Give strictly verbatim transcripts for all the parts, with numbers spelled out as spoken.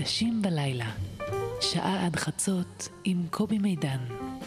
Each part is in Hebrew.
אנשים בלילה, שעה עד חצות עם קובי מידן.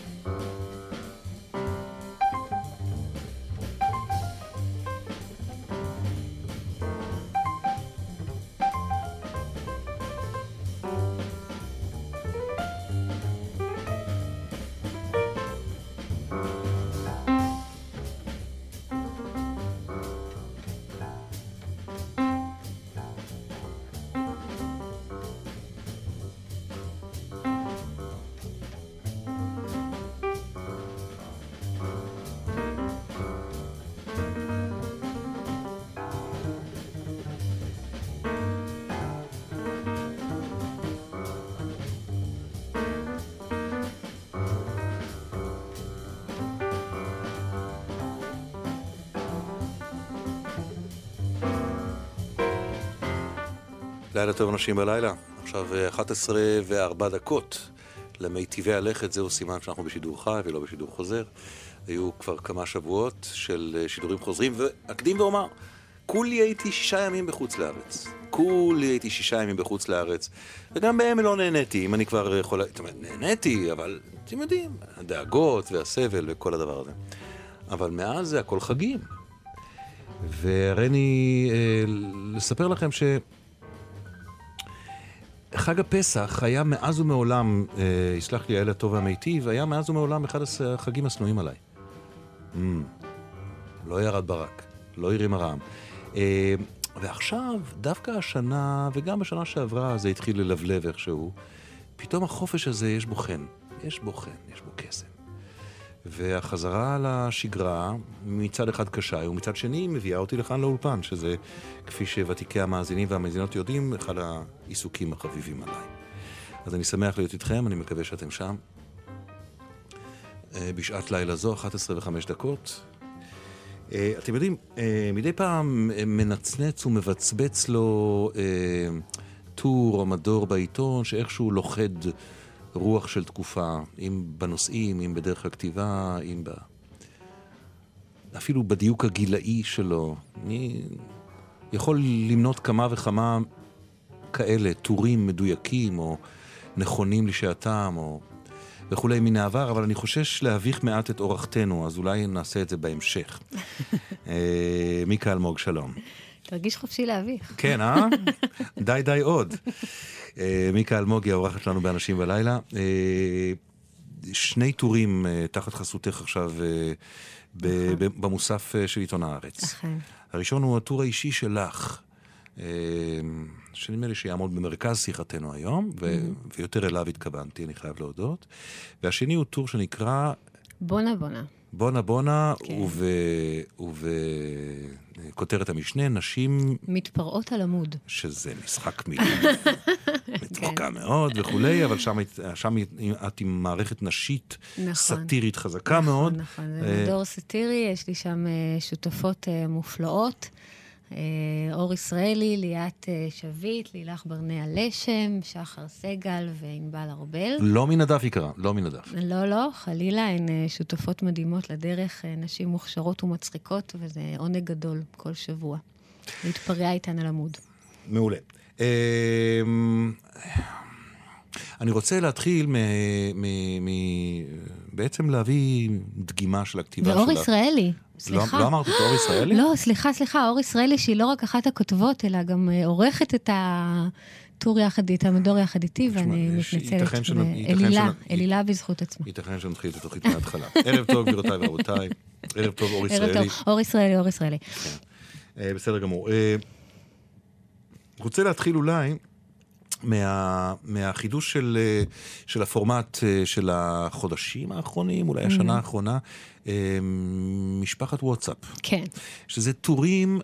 לילה טוב אנשים בלילה, עכשיו אחת עשרה וארבע דקות למיטיבי הלכת, זהו סימן שאנחנו בשידור חי ולא בשידור חוזר. היו כבר כמה שבועות של שידורים חוזרים, ואקדים ואומר, כולי הייתי שישה ימים בחוץ לארץ. כולי הייתי שישה ימים בחוץ לארץ, וגם בהם לא נהניתי, אם אני כבר יכול... זאת אומרת, נהניתי, אבל אתם יודעים, הדאגות והסבל וכל הדבר הזה. אבל מאז זה הכל חגים. והראיני אה, לספר לכם ש... חג הפסח היה מאז ומעולם, אה, יסלח לי האל הטוב והמיטיב, היה מאז ומעולם אחד החגים השנואים עליי. Mm, לא ירד ברק, לא הרים הרעם. אה, ועכשיו, דווקא השנה, וגם בשנה שעברה, זה התחיל ללבלב איכשהו, פתאום החופש הזה יש בו חן, יש בו חן, יש בו קסם. והחזרה לשגרה מצד אחד קשה, ומצד שני מביאה אותי לכאן לאולפן, שזה, כפי שוותיקי המאזינים והמאזינות יודעים, אחד העיסוקים החביבים עליי. אז אני שמח להיות איתכם, אני מקווה שאתם שם. בשעת לילה זו, אחת עשרה וחמש דקות. אתם יודעים, מדי פעם מנצנץ ומבצבץ לו טור או מדור בעיתון, שאיכשהו לוחד רוח של תקופה, אם בנושאים, אם בדרך הכתיבה, אם ב... אפילו בדיוק הגילאי שלו. אני יכול למנות כמה וכמה כאלה, טורים מדויקים, או נכונים לשעתם, או וכולי מן העבר, אבל אני חושש להביך מעט את אורחתנו, אז אולי נעשה את זה בהמשך. מיקה אלמוג, שלום. תרגיש חופשי להביך. כן, אה? די די עוד. מיקה אלמוג היא האורחת שלנו באנשים בלילה. שני טורים תחת חסותך עכשיו במוסף של עיתון הארץ. הראשון הוא הטור האישי שלך, שנדמה לי שיעמוד במרכז שיחתנו היום, ויותר אליו התכוונתי, אני חייב להודות. והשני הוא טור שנקרא... בונה בונה. בונה בונה, ובכותרת המשנה, נשים... מתפרעות על עמוד. שזה משחק מילים מצחוקה מאוד וכולי, אבל שם את עם מערכת נשית סאטירית חזקה מאוד. נכון, זה מדור סאטירי, יש לי שם שותפות מופלאות. אור ישראלי, ליאת שביט, לילך ברנע לשם, שחר סגל וענבל ארבל. לא מן הדף יקרה, לא מן הדף. לא, לא, חלילה, הן שותפות מדהימות לדרך, נשים מוכשרות ומצחיקות, וזה עונג גדול כל שבוע. להתפרע איתן על עמוד. מעולה. אני רוצה להתחיל מ... מ... מ... בעצם להביא דגימה של הכתיבה שלה. ואור ישראלי. סליחה. לא, לא אמרת את אור ישראלי? לא, סליחה, סליחה, אור ישראלי שהיא לא רק אחת הכותבות, אלא גם עורכת את הטור יחד איתה, המדור יחד איתי, ואני מתנצלת. אלילה, אלילה בזכות עצמה. ייתכן שנתחיל את התוכנית מההתחלה. ערב טוב, גבירותיי ורבותיי. ערב טוב, אור ישראלי. ערב טוב, אור ישראלי, אור ישראלי. בסדר גמור. רוצה להתחיל אולי מה, מהחידוש של, של הפורמט של החודשים האחרונים, אולי השנה האחרונה, משפחת וואטסאפ. כן. שזה טורים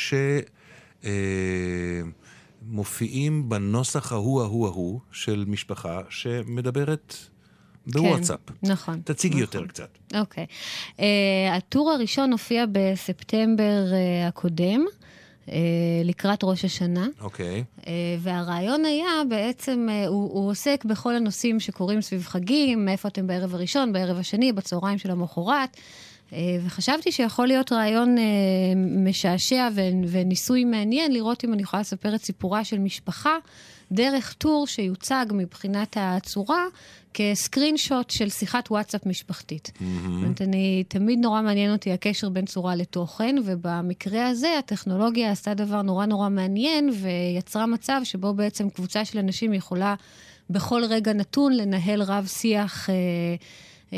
שמופיעים בנוסח ההוא ההוא ההוא של משפחה שמדברת בוואטסאפ. כן, נכון. תציגי נכון. יותר קצת. אוקיי. Uh, הטור הראשון הופיע בספטמבר uh, הקודם, Uh, לקראת ראש השנה. אוקיי. Uh, והרעיון היה בעצם, uh, הוא, הוא עוסק בכל הנושאים שקורים סביב חגים, מאיפה אתם בערב הראשון, בערב השני, בצהריים של המחרת, uh, וחשבתי שיכול להיות רעיון משעשע וניסוי מעניין, לראות אם אני יכולה לספר את סיפורה של משפחה, דרך טור שיוצג מבחינת הצורה, כסקרין שוט של שיחת וואטסאפ משפחתית. זאת אומרת, אני, תמיד נורא מעניין אותי הקשר בין צורה לתוכן, ובמקרה הזה הטכנולוגיה עשתה דבר נורא נורא מעניין, ויצרה מצב שבו בעצם קבוצה של אנשים יכולה בכל רגע נתון לנהל רב שיח אה, אה,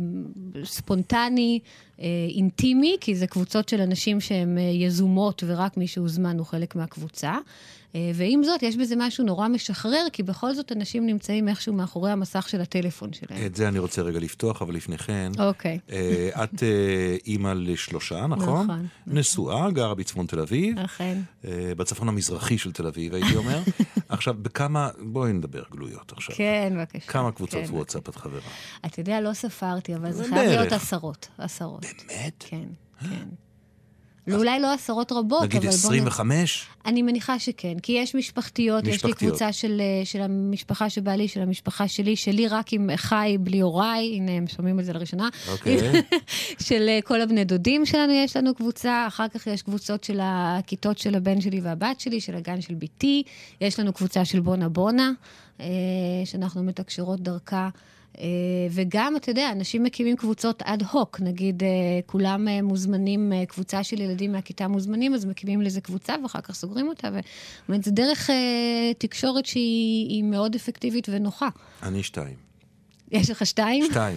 ספונטני, אה, אינטימי, כי זה קבוצות של אנשים שהן יזומות, ורק מי שהוזמן הוא חלק מהקבוצה. ועם זאת, יש בזה משהו נורא משחרר, כי בכל זאת אנשים נמצאים איכשהו מאחורי המסך של הטלפון שלהם. את זה אני רוצה רגע לפתוח, אבל לפני כן, אוקיי. את אימא לשלושה, נכון? נכון. נשואה, גרה בצפון תל אביב. אכן. בצפון המזרחי של תל אביב, הייתי אומר. עכשיו, בכמה, בואי נדבר גלויות עכשיו. כן, בבקשה. כמה קבוצות וואטסאפ את חברה? אתה יודע, לא ספרתי, אבל זה חייב להיות עשרות. עשרות. באמת? כן, כן. אולי לא עשרות רבות, אבל בוא... נגיד עשרים וחמש? אני מניחה שכן, כי יש משפחתיות, יש לי קבוצה של, של המשפחה שבעלי, של המשפחה שלי, שלי רק עם חי בלי הוריי, הנה הם שומעים את זה לראשונה, אוקיי. של כל הבני דודים שלנו יש לנו קבוצה, אחר כך יש קבוצות של הכיתות של הבן שלי והבת שלי, של הגן של ביתי, יש לנו קבוצה של בונה בונה, שאנחנו מתקשרות דרכה, וגם, אתה יודע, אנשים מקימים קבוצות אד הוק, נגיד, כולם מוזמנים, קבוצה של ילדים מהכיתה מוזמנים, אז מקימים לזה קבוצה, ואחר כך סוגרים אותה, ו... זה דרך תקשורת שהיא מאוד אפקטיבית ונוחה. אני שתיים. יש לך שתיים? שתיים.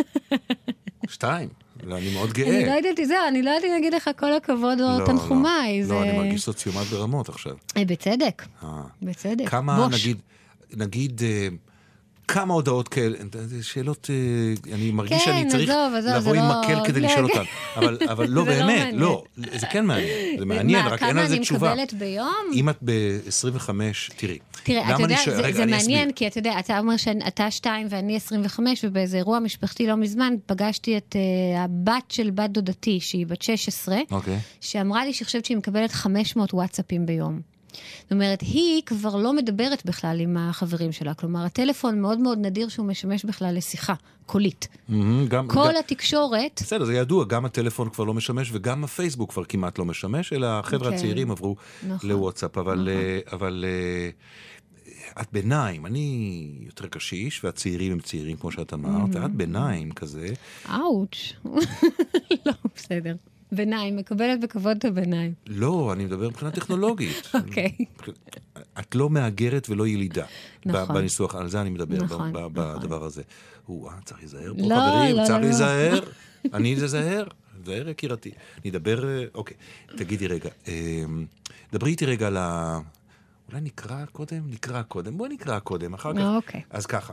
שתיים. לא, אני מאוד גאה. אני לא יודעת, זהו, אני לא יודעת להגיד לך כל הכבוד או תנחומיי. לא, אני מרגיש סוציומט ברמות עכשיו. בצדק. בצדק. כמה, נגיד, נגיד... כמה הודעות כאלה, שאלות, אני מרגיש שאני צריך לבוא עם מקל כדי לשאול אותן. אבל לא באמת, לא, זה כן מעניין. זה מעניין, רק אין על זה תשובה. כמה אני מקבלת ביום? אם את ב-עשרים וחמש, תראי. תראה, אתה יודע, זה מעניין, כי אתה יודע, אתה אומר שאתה שתיים ואני עשרים וחמש, ובאיזה אירוע משפחתי לא מזמן, פגשתי את הבת של בת דודתי, שהיא בת שש עשרה, שאמרה לי שחושבת שהיא מקבלת חמש מאות וואטסאפים ביום. זאת אומרת, היא כבר לא מדברת בכלל עם החברים שלה. כלומר, הטלפון מאוד מאוד נדיר שהוא משמש בכלל לשיחה קולית. כל התקשורת... בסדר, זה ידוע, גם הטלפון כבר לא משמש, וגם הפייסבוק כבר כמעט לא משמש, אלא החבר'ה הצעירים עברו לוואטסאפ. אבל את ביניים, אני יותר קשיש, והצעירים הם צעירים, כמו שאת אמרת, ואת ביניים כזה. אאוץ'. לא, בסדר. ביניים, מקבלת בכבוד את הביניים. לא, אני מדבר מבחינה טכנולוגית. אוקיי. את לא מאגרת ולא ילידה. נכון. בניסוח, על זה אני מדבר נכון, בדבר הזה. הוא, צריך להיזהר פה, לא, חברים, לא, צריך לא. להיזהר. אני להיזהר, להיזהר יקירתי. נדבר, אוקיי, תגידי רגע, דברי איתי רגע על ה... אולי נקרא קודם? נקרא קודם. בואי נקרא קודם, אחר כך. אוקיי. אז ככה.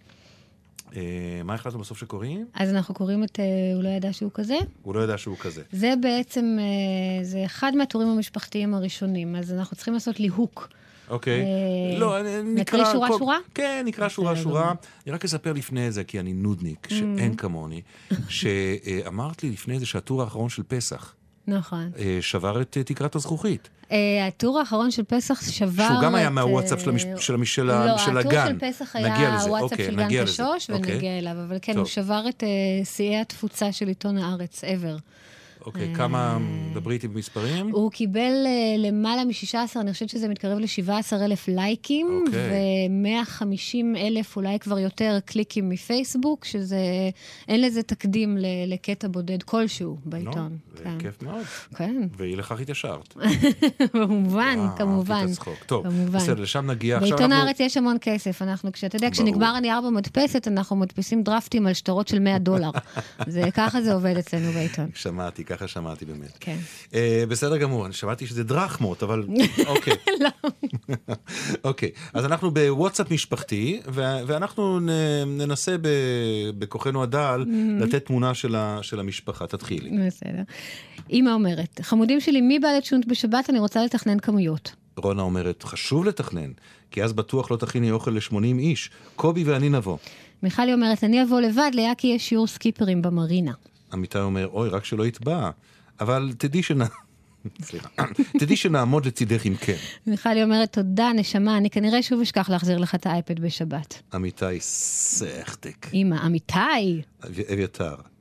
מה החלטנו בסוף שקוראים? אז אנחנו קוראים את הוא לא ידע שהוא כזה? הוא לא ידע שהוא כזה. זה בעצם, זה אחד מהתורים המשפחתיים הראשונים, אז אנחנו צריכים לעשות ליהוק. אוקיי. לא, נקרא... נקרא שורה שורה? כן, נקרא שורה שורה. אני רק אספר לפני זה, כי אני נודניק, שאין כמוני, שאמרת לי לפני זה שהטור האחרון של פסח, נכון. שבר את תקרת הזכוכית. הטור האחרון של פסח שבר... שהוא גם היה מהוואטסאפ של הגן. לא, הטור של פסח היה הוואטסאפ של גן ושוש, ונגיע אליו, אבל כן, הוא שבר את שיאי התפוצה של עיתון הארץ, ever. אוקיי, כמה, דברי איתי במספרים? הוא קיבל למעלה מ-שישה עשר, אני חושבת שזה מתקרב ל-שבעה עשר אלף לייקים, ו-מאה וחמישים אלף אולי כבר יותר קליקים מפייסבוק, שזה, אין לזה תקדים לקטע בודד כלשהו בעיתון. זה כיף מאוד. כן. והיא לכך התיישרת. כמובן, כמובן. טוב, בסדר, לשם נגיע. בעיתון הארץ יש המון כסף, אנחנו, כשאתה יודע, כשנגמר הנייר במדפסת, אנחנו מדפיסים דרפטים על שטרות של מאה דולר. ככה זה עובד אצלנו בעיתון. שמעתי, ככה שמעתי באמת. כן. בסדר גמור, אני שמעתי שזה דרחמות, אבל אוקיי. לא. אוקיי, אז אנחנו בוואטסאפ משפחתי, ואנחנו ננסה בכוחנו הדל לתת תמונה של המשפחה. תתחילי. בסדר. אמא אומרת, חמודים שלי, מי בא לצ'ונט בשבת? אני רוצה לתכנן כמויות. רונה אומרת, חשוב לתכנן, כי אז בטוח לא תכיני אוכל ל-שמונים איש. קובי ואני נבוא. מיכלי אומרת, אני אבוא לבד, ליאקי יש שיעור סקיפרים במרינה. עמיתי אומר, אוי, רק שלא יתבע. אבל תדעי שנ... סליחה. תדעי שנעמוד לצידך אם כן. מיכלי אומרת, תודה, נשמה, אני כנראה שוב אשכח להחזיר לך את האייפד בשבת. עמיתי סחטק. אמא, עמיתי. אביתר.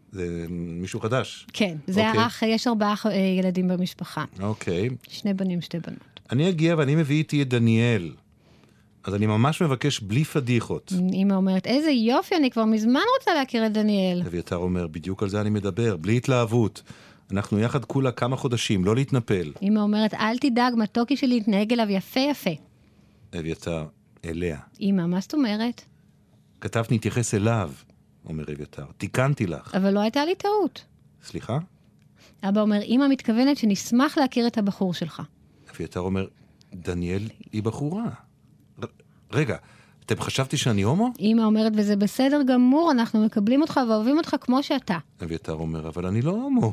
זה מישהו חדש. כן, זה אוקיי. האח, יש ארבעה אה, ילדים במשפחה. אוקיי. שני בנים, שתי בנות. אני אגיע ואני מביא איתי את דניאל. אז אני ממש מבקש בלי פדיחות. אמא אומרת, איזה יופי, אני כבר מזמן רוצה להכיר את דניאל. אביתר אומר, בדיוק על זה אני מדבר, בלי התלהבות. אנחנו יחד כולה כמה חודשים, לא להתנפל. אמא אומרת, אל תדאג, מתוקי שלי יתנהג אליו יפה יפה. אביתר, אליה. אמא, מה זאת אומרת? כתבת נתייחס אליו, אומר אביתר. תיקנתי לך. אבל לא הייתה לי טעות. סליחה? אבא אומר, אמא מתכוונת שנשמח להכיר את הבחור שלך. אביתר אומר, דניאל היא בחורה. ר... רגע, אתם חשבתי שאני הומו? אמא אומרת, וזה בסדר גמור, אנחנו מקבלים אותך ואוהבים אותך כמו שאתה. אביתר אומר, אבל אני לא הומו.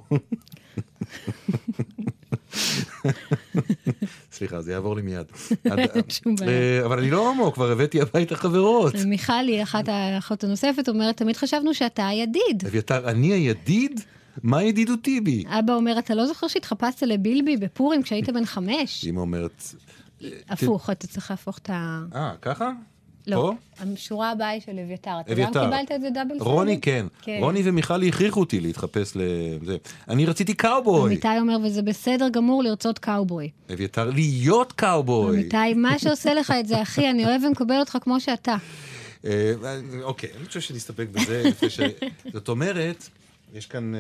סליחה, זה יעבור לי מיד. שום בעיה. אבל אני לא הומו, כבר הבאתי הביתה חברות. מיכלי, אחת האחות הנוספת, אומרת, תמיד חשבנו שאתה הידיד. אביתר, אני הידיד? מה ידידותי בי? אבא אומר, אתה לא זוכר שהתחפשת לבילבי בפורים כשהיית בן חמש? אמא אומרת... הפוך, אתה צריך להפוך את ה... אה, ככה? לא, השורה הבאה היא של אביתר. אתה גם אביתר. קיבלת את זה דאבל סייד? רוני, כן. כן. רוני ומיכלי הכריחו אותי להתחפש לזה. אני רציתי קאובוי. אמיתי אומר, וזה בסדר גמור לרצות קאובוי. אביתר, להיות קאובוי. אמיתי, מה שעושה לך את זה, אחי, אני אוהב ומקבל אותך כמו שאתה. אה, אוקיי, אני חושב שנסתפק בזה. לפני ש... זאת אומרת, יש כאן אה,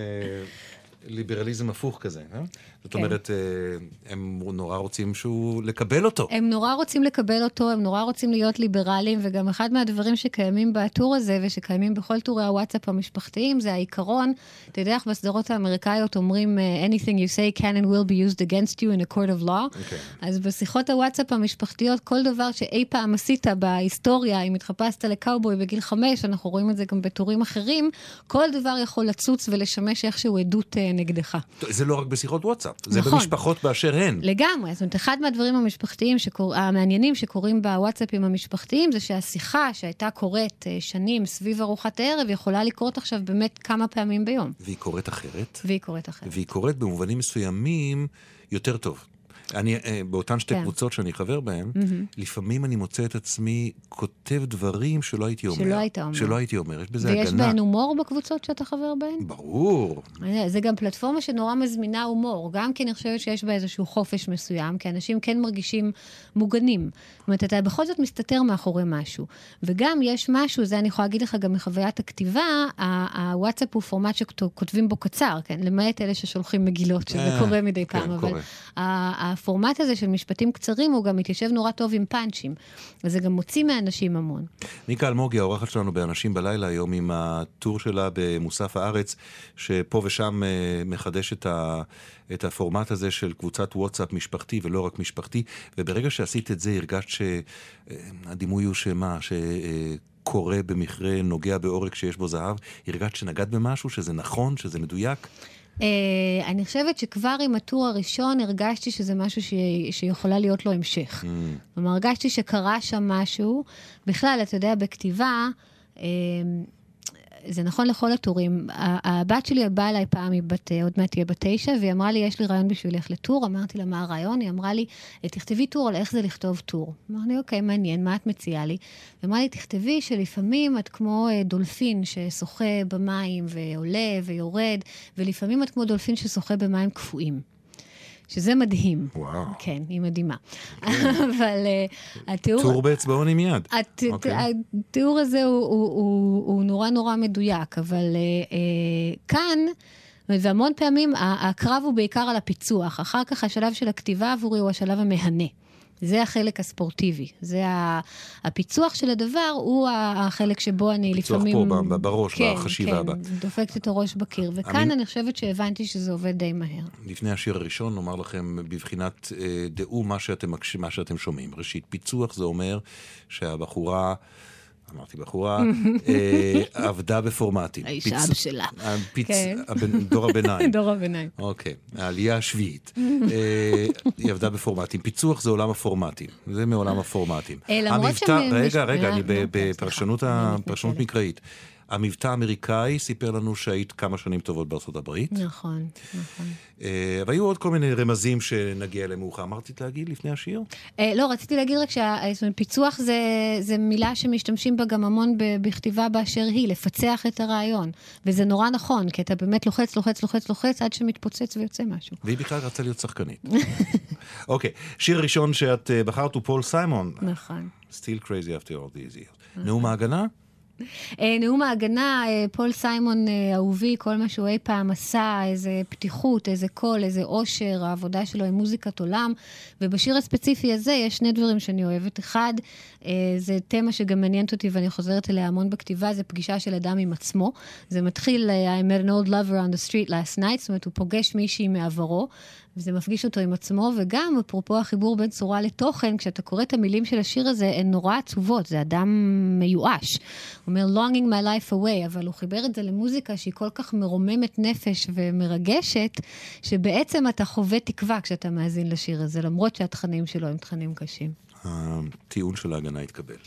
ליברליזם הפוך כזה, אה? זאת כן. אומרת, אה, הם נורא רוצים שהוא לקבל אותו. הם נורא רוצים לקבל אותו, הם נורא רוצים להיות ליברליים, וגם אחד מהדברים שקיימים בטור הזה, ושקיימים בכל טורי הוואטסאפ המשפחתיים, זה העיקרון, אתה יודע איך בסדרות האמריקאיות אומרים, anything you say can and will be used against you in a court of law, Okay. אז בשיחות הוואטסאפ המשפחתיות, כל דבר שאי פעם עשית בהיסטוריה, אם התחפשת לקאובוי בגיל חמש, אנחנו רואים את זה גם בטורים אחרים, כל דבר יכול לצוץ ולשמש איכשהו עדות נגדך. זה לא רק בשיחות וואטסאפ, זה נכון. במשפחות באשר הן. לגמרי, זאת אומרת, אחד מהדברים המשפחתיים, שקור... המעניינים שקורים בוואטסאפים המשפחתיים, זה שהשיחה שהייתה קורית שנים סביב ארוחת הערב, יכולה לקרות עכשיו באמת כמה פעמים ביום. והיא קורית אחרת. והיא קורית אחרת. והיא קורית במובנים מסוימים יותר טוב. אני, באותן שתי כן. קבוצות שאני חבר בהן, לפעמים אני מוצא את עצמי כותב דברים שלא הייתי אומר. שלא היית אומר. שלא הייתי אומר, יש בזה הגנה. ויש בהן הומור בקבוצות שאתה חבר בהן? ברור. זה גם פלטפורמה שנורא מזמינה הומור, גם כי אני חושבת שיש בה איזשהו חופש מסוים, כי אנשים כן מרגישים מוגנים. זאת אומרת, אתה בכל זאת מסתתר מאחורי משהו. וגם יש משהו, זה אני יכולה להגיד לך גם מחוויית הכתיבה, הוואטסאפ הוא פורמט שכותבים בו קצר, כן? למעט אלה ששולחים מגילות, שזה קורה מדי פעם, אבל הפורמט הזה של משפטים קצרים הוא גם מתיישב נורא טוב עם פאנצ'ים, וזה גם מוציא מאנשים המון. ניקה אלמוגי, האורחת שלנו באנשים בלילה היום עם הטור שלה במוסף הארץ, שפה ושם מחדש את, ה, את הפורמט הזה של קבוצת וואטסאפ משפחתי ולא רק משפחתי, וברגע שעשית את זה הרגשת שהדימוי הוא שמה, שקורה במכרה נוגע באורק שיש בו זהב, הרגשת שנגעת במשהו, שזה נכון, שזה מדויק? Uh, אני חושבת שכבר עם הטור הראשון הרגשתי שזה משהו ש... שיכולה להיות לו המשך. Mm. כלומר, הרגשתי שקרה שם משהו. בכלל, אתה יודע, בכתיבה, uh, זה נכון לכל הטורים. הבת שלי באה אליי פעם, היא בת, עוד מעט תהיה בת תשע, והיא אמרה לי, יש לי רעיון בשבילך לטור. אמרתי לה, מה הרעיון? היא אמרה לי, תכתבי טור על איך זה לכתוב טור. אמרתי, אוקיי, מעניין, מה את מציעה לי? היא אמרה לי, תכתבי שלפעמים את כמו דולפין ששוחה במים ועולה ויורד, ולפעמים את כמו דולפין ששוחה במים קפואים. שזה מדהים. וואו. כן, היא מדהימה. אבל התיאור... טור באצבעון עם יד. התיאור הזה הוא נורא נורא מדויק, אבל כאן, והמון פעמים, הקרב הוא בעיקר על הפיצוח. אחר כך השלב של הכתיבה עבורי הוא השלב המהנה. זה החלק הספורטיבי. זה הפיצוח של הדבר, הוא החלק שבו אני לפעמים... פיצוח פה, בראש, בחשיבה הבאה. כן, כן, דופקת את הראש בקיר. וכאן אני חושבת שהבנתי שזה עובד די מהר. לפני השיר הראשון, נאמר לכם בבחינת דעו מה שאתם, מה שאתם שומעים. ראשית, פיצוח זה אומר שהבחורה... אמרתי בחורה, עבדה בפורמטים. האישה שלה. דור הביניים. דור הביניים. אוקיי, העלייה השביעית. היא עבדה בפורמטים. פיצוח זה עולם הפורמטים. זה מעולם הפורמטים. למרות שהם... רגע, רגע, אני בפרשנות מקראית. המבטא האמריקאי סיפר לנו שהיית כמה שנים טובות בארצות הברית. נכון, נכון. והיו עוד כל מיני רמזים שנגיע אליהם מאוחר. אמרתי להגיד לפני השיר? לא, רציתי להגיד רק שפיצוח זה מילה שמשתמשים בה גם המון בכתיבה באשר היא, לפצח את הרעיון. וזה נורא נכון, כי אתה באמת לוחץ, לוחץ, לוחץ, לוחץ, עד שמתפוצץ ויוצא משהו. והיא בכלל רצה להיות שחקנית. אוקיי, שיר ראשון שאת בחרת הוא פול סיימון. נכון. Still crazy after all these years. נאום ההגנה? נאום ההגנה, פול סיימון אהובי, כל מה שהוא אי פעם עשה, איזה פתיחות, איזה קול, איזה אושר, העבודה שלו עם מוזיקת עולם, ובשיר הספציפי הזה יש שני דברים שאני אוהבת. אחד, זה תמה שגם מעניינת אותי ואני חוזרת אליה המון בכתיבה, זה פגישה של אדם עם עצמו. זה מתחיל, I met an old lover on the street last night, זאת אומרת, הוא פוגש מישהי מעברו, וזה מפגיש אותו עם עצמו, וגם, אפרופו החיבור בין צורה לתוכן, כשאתה קורא את המילים של השיר הזה, הן נורא עצובות, זה אדם מיואש. הוא אומר, longing my life away, אבל הוא חיבר את זה למוזיקה שהיא כל כך מרוממת נפש ומרגשת, שבעצם אתה חווה תקווה כשאתה מאזין לשיר הזה, למרות שהתכנים שלו הם תכנים קשים. הטיעון של ההגנה התקבל.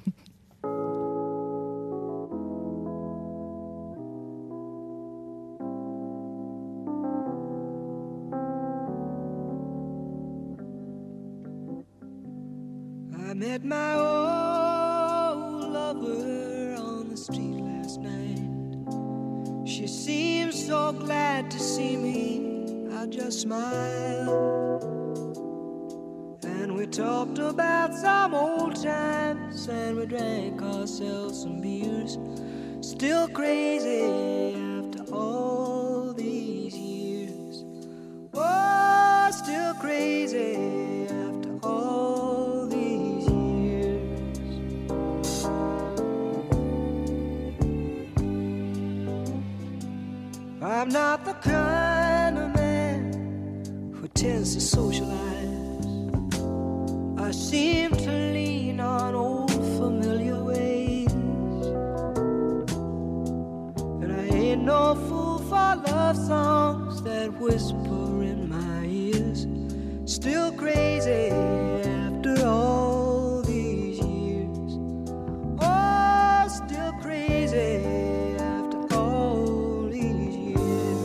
I met my old lover on the street last night. She seemed so glad to see me. I just smiled. And we talked about some old times, and we drank ourselves some beers. Still crazy after all these years. Oh, still crazy after all these years. I'm not the kind of man who tends to socialize. I seem to lean on old familiar ways. And I ain't no fool for love songs that whisper in my ears. Still crazy after all these years. Oh, still crazy after all these years.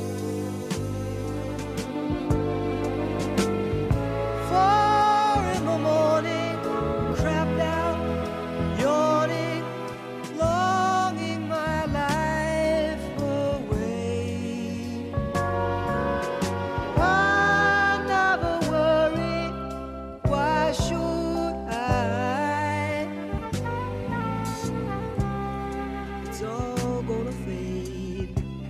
Four in the morning, crapped out, yawning, longing my life away. I never worry, why should I? It's all gonna fade.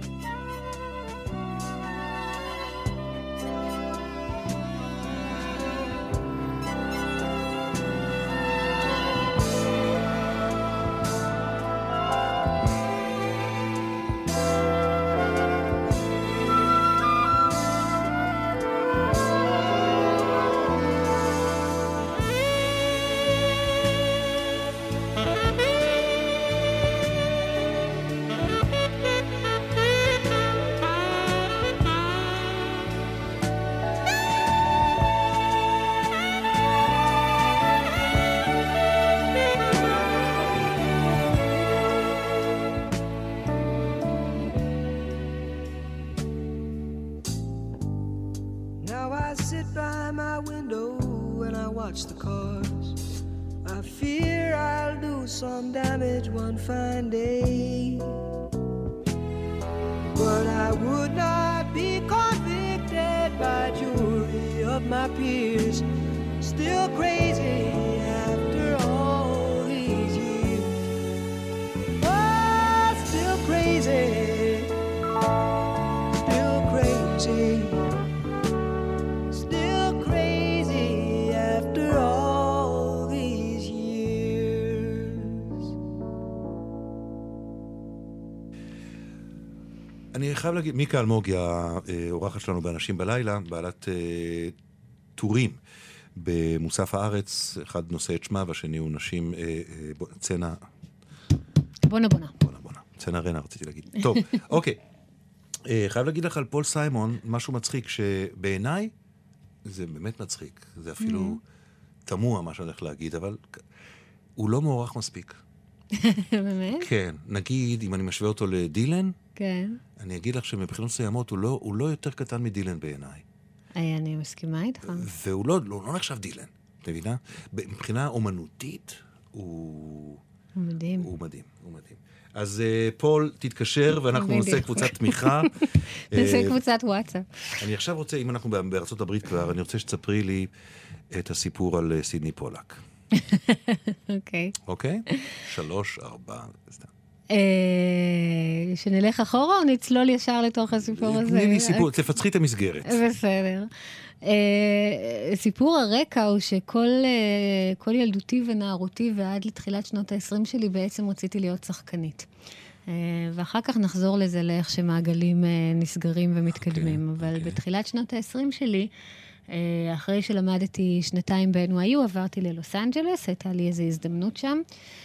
Now I sit by my window and I watch the cars. I fear I'll do some damage one fine day. But I would not be convicted by jury of my peers. Still crazy after all these years. Oh, still crazy. Still crazy. Still crazy after all these years. אני חייב להגיד, מיקה אלמוגי, האורחת שלנו באנשים בלילה, בעלת אה, טורים במוסף הארץ, אחד נושא את שמה והשני הוא נשים, אה, אה, צנה... בונה בונה. בונה בונה. צנה רנה רציתי להגיד. טוב, אוקיי. אה, חייב להגיד לך על פול סיימון, משהו מצחיק, שבעיניי זה באמת מצחיק. זה אפילו תמוה מה שאני הולך להגיד, אבל הוא לא מוערך מספיק. באמת? כן. נגיד, אם אני משווה אותו לדילן, כן. אני אגיד לך שמבחינות מסוימות הוא לא, הוא לא יותר קטן מדילן בעיניי. אני מסכימה איתך. והוא לא, לא, לא נחשב דילן, אתה מבינה? מבחינה אומנותית, הוא... הוא מדהים. הוא מדהים, הוא מדהים. אז uh, פול, תתקשר ואנחנו נעשה קבוצת תמיכה. נעשה קבוצת וואטסאפ. אני עכשיו רוצה, אם אנחנו בארצות הברית כבר, אני רוצה שתספרי לי את הסיפור על סידני פולק. אוקיי. אוקיי? שלוש, ארבע, סתם. שנלך אחורה או נצלול ישר לתוך הסיפור הזה? תני לי סיפור, תפצחי את המסגרת. בסדר. סיפור הרקע הוא שכל כל ילדותי ונערותי ועד לתחילת שנות ה-עשרים שלי בעצם רציתי להיות שחקנית. ואחר כך נחזור לזה לאיך שמעגלים נסגרים ומתקדמים. Okay, אבל okay. בתחילת שנות ה-עשרים שלי, אחרי שלמדתי שנתיים ב-אן וואי יו, עברתי ללוס אנג'לס, הייתה לי איזו הזדמנות שם.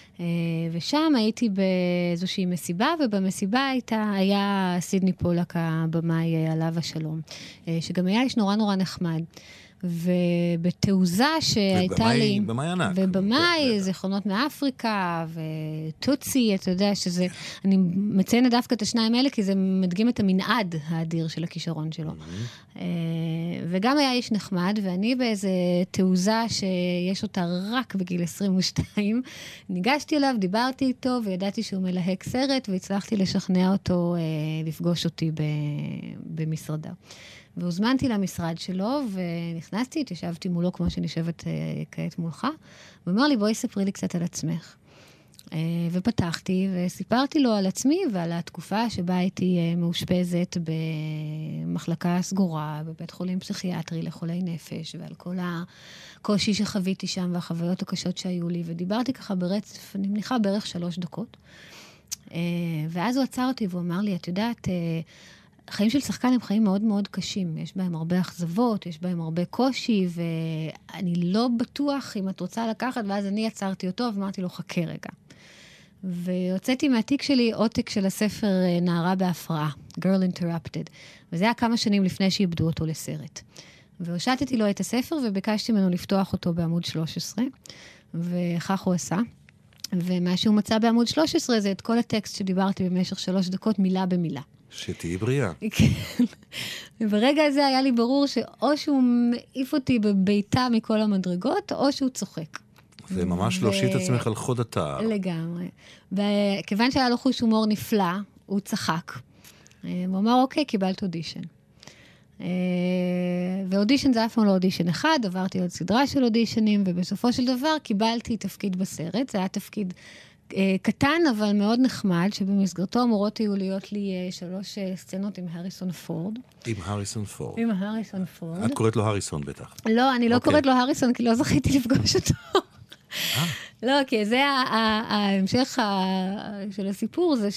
ושם הייתי באיזושהי מסיבה, ובמסיבה הייתה, היה סידני פולק הבמאי עליו השלום, שגם היה איש נורא נורא נחמד. ובתעוזה שהייתה לי... ובמאי ענק. ובמאי, זיכרונות מאפריקה, וטוצי, אתה יודע שזה... אני מציינת דווקא את השניים האלה, כי זה מדגים את המנעד האדיר של הכישרון שלו. וגם היה איש נחמד, ואני באיזו תעוזה שיש אותה רק בגיל עשרים ושתיים, ניגשתי אליו, דיברתי איתו, וידעתי שהוא מלהק סרט, והצלחתי לשכנע אותו לפגוש אותי במשרדה. והוזמנתי למשרד שלו, ונכנסתי, התיישבתי מולו כמו שנשבת כעת מולך, ואמר לי, בואי ספרי לי קצת על עצמך. ופתחתי, וסיפרתי לו על עצמי ועל התקופה שבה הייתי מאושפזת במחלקה סגורה, בבית חולים פסיכיאטרי לחולי נפש, ועל כל הקושי שחוויתי שם, והחוויות הקשות שהיו לי, ודיברתי ככה ברצף, אני מניחה בערך שלוש דקות. ואז הוא עצר אותי והוא אמר לי, את יודעת, החיים של שחקן הם חיים מאוד מאוד קשים, יש בהם הרבה אכזבות, יש בהם הרבה קושי, ואני לא בטוח אם את רוצה לקחת, ואז אני עצרתי אותו ואמרתי לו, חכה רגע. והוצאתי מהתיק שלי עותק של הספר נערה בהפרעה, Girl Interrupted, וזה היה כמה שנים לפני שאיבדו אותו לסרט. והושטתי לו את הספר וביקשתי ממנו לפתוח אותו בעמוד שלוש עשרה, וכך הוא עשה. ומה שהוא מצא בעמוד שלוש עשרה זה את כל הטקסט שדיברתי במשך שלוש דקות מילה במילה. שתהי בריאה. כן. וברגע הזה היה לי ברור שאו שהוא מעיף אותי בביתה מכל המדרגות, או שהוא צוחק. זה ממש להושיט את עצמך על חוד התער. לגמרי. וכיוון שהיה לו חוש הומור נפלא, הוא צחק. הוא אמר, אוקיי, קיבלת אודישן. ואודישן זה אף פעם לא אודישן אחד, עברתי עוד סדרה של אודישנים, ובסופו של דבר קיבלתי תפקיד בסרט. זה היה תפקיד קטן, אבל מאוד נחמד, שבמסגרתו אמורות היו להיות לי שלוש סצנות עם הריסון פורד. עם הריסון פורד. עם הריסון פורד. את קוראת לו הריסון בטח. לא, אני לא קוראת לו הריסון, כי לא זכיתי לפגוש אותו. לא, כי זה ההמשך של הסיפור, זה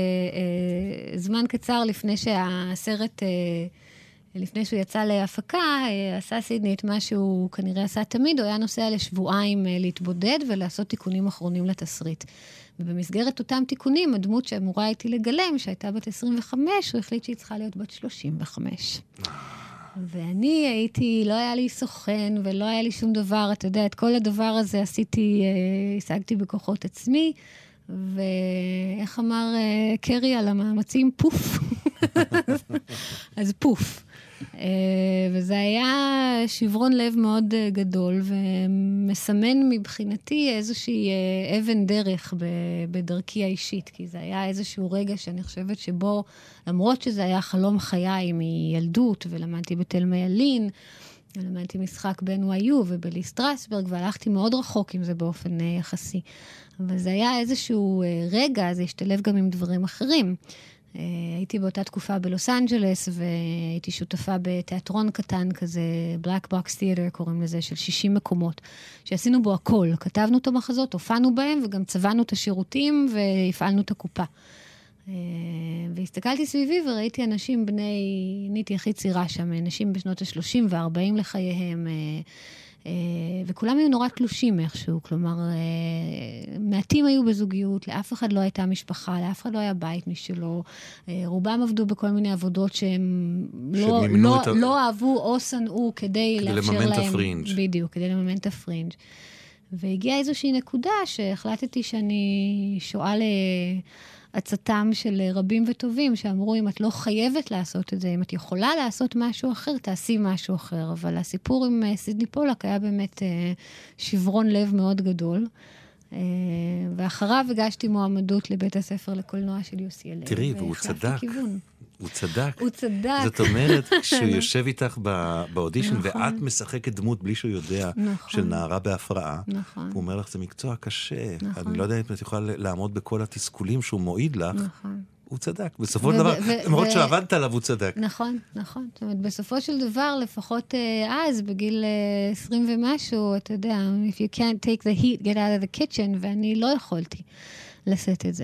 שזמן קצר לפני שהסרט, לפני שהוא יצא להפקה, עשה סידני את מה שהוא כנראה עשה תמיד, הוא היה נוסע לשבועיים להתבודד ולעשות תיקונים אחרונים לתסריט. ובמסגרת אותם תיקונים, הדמות שאמורה הייתי לגלם, שהייתה בת עשרים וחמש, הוא החליט שהיא צריכה להיות בת שלושים וחמש. ואני הייתי, לא היה לי סוכן, ולא היה לי שום דבר, אתה יודע, את כל הדבר הזה עשיתי, השגתי בכוחות עצמי, ואיך אמר קרי על המאמצים? פוף. אז פוף. וזה היה שברון לב מאוד גדול, ומסמן מבחינתי איזושהי אבן דרך בדרכי האישית, כי זה היה איזשהו רגע שאני חושבת שבו, למרות שזה היה חלום חיי מילדות, ולמדתי בתל ילין, ולמדתי משחק ב-אן וואי יו ובלי סטרסברג, והלכתי מאוד רחוק עם זה באופן יחסי. אבל זה היה איזשהו רגע, זה השתלב גם עם דברים אחרים. הייתי באותה תקופה בלוס אנג'לס, והייתי שותפה בתיאטרון קטן כזה, Black Box Theater קוראים לזה, של שישים מקומות, שעשינו בו הכל. כתבנו את המחזות, הופענו בהם, וגם צבענו את השירותים, והפעלנו את הקופה. והסתכלתי סביבי, וראיתי אנשים בני, ניתי הכי צעירה שם, אנשים בשנות ה-שלושים ו-ארבעים לחייהם, וכולם היו נורא תלושים איכשהו, כלומר, מעטים היו בזוגיות, לאף אחד לא הייתה משפחה, לאף אחד לא היה בית משלו, רובם עבדו בכל מיני עבודות שהם לא, לא, לא אהבו או שנאו כדי לאפשר להם. כדי לממן את הפרינג'. בדיוק, כדי לממן את הפרינג'. והגיעה איזושהי נקודה שהחלטתי שאני שואה לעצתם של רבים וטובים, שאמרו, אם את לא חייבת לעשות את זה, אם את יכולה לעשות משהו אחר, תעשי משהו אחר. אבל הסיפור עם סידני פולק היה באמת שברון לב מאוד גדול. ואחריו הגשתי מועמדות לבית הספר לקולנוע של יו סי אל איי. תראי, והוא צדק. הוא צדק. הוא צדק. זאת אומרת, כשהוא יושב איתך באודישן, ואת משחקת דמות בלי שהוא יודע, של נערה בהפרעה, הוא אומר לך, זה מקצוע קשה. אני לא יודע אם את יכולה לעמוד בכל התסכולים שהוא מועיד לך. הוא צדק. בסופו של דבר, למרות שעבדת עליו, הוא צדק. נכון, נכון. זאת אומרת, בסופו של דבר, לפחות אז, בגיל עשרים ומשהו, אתה יודע, if you can't take the heat, get out of the kitchen, ואני לא יכולתי לשאת את זה.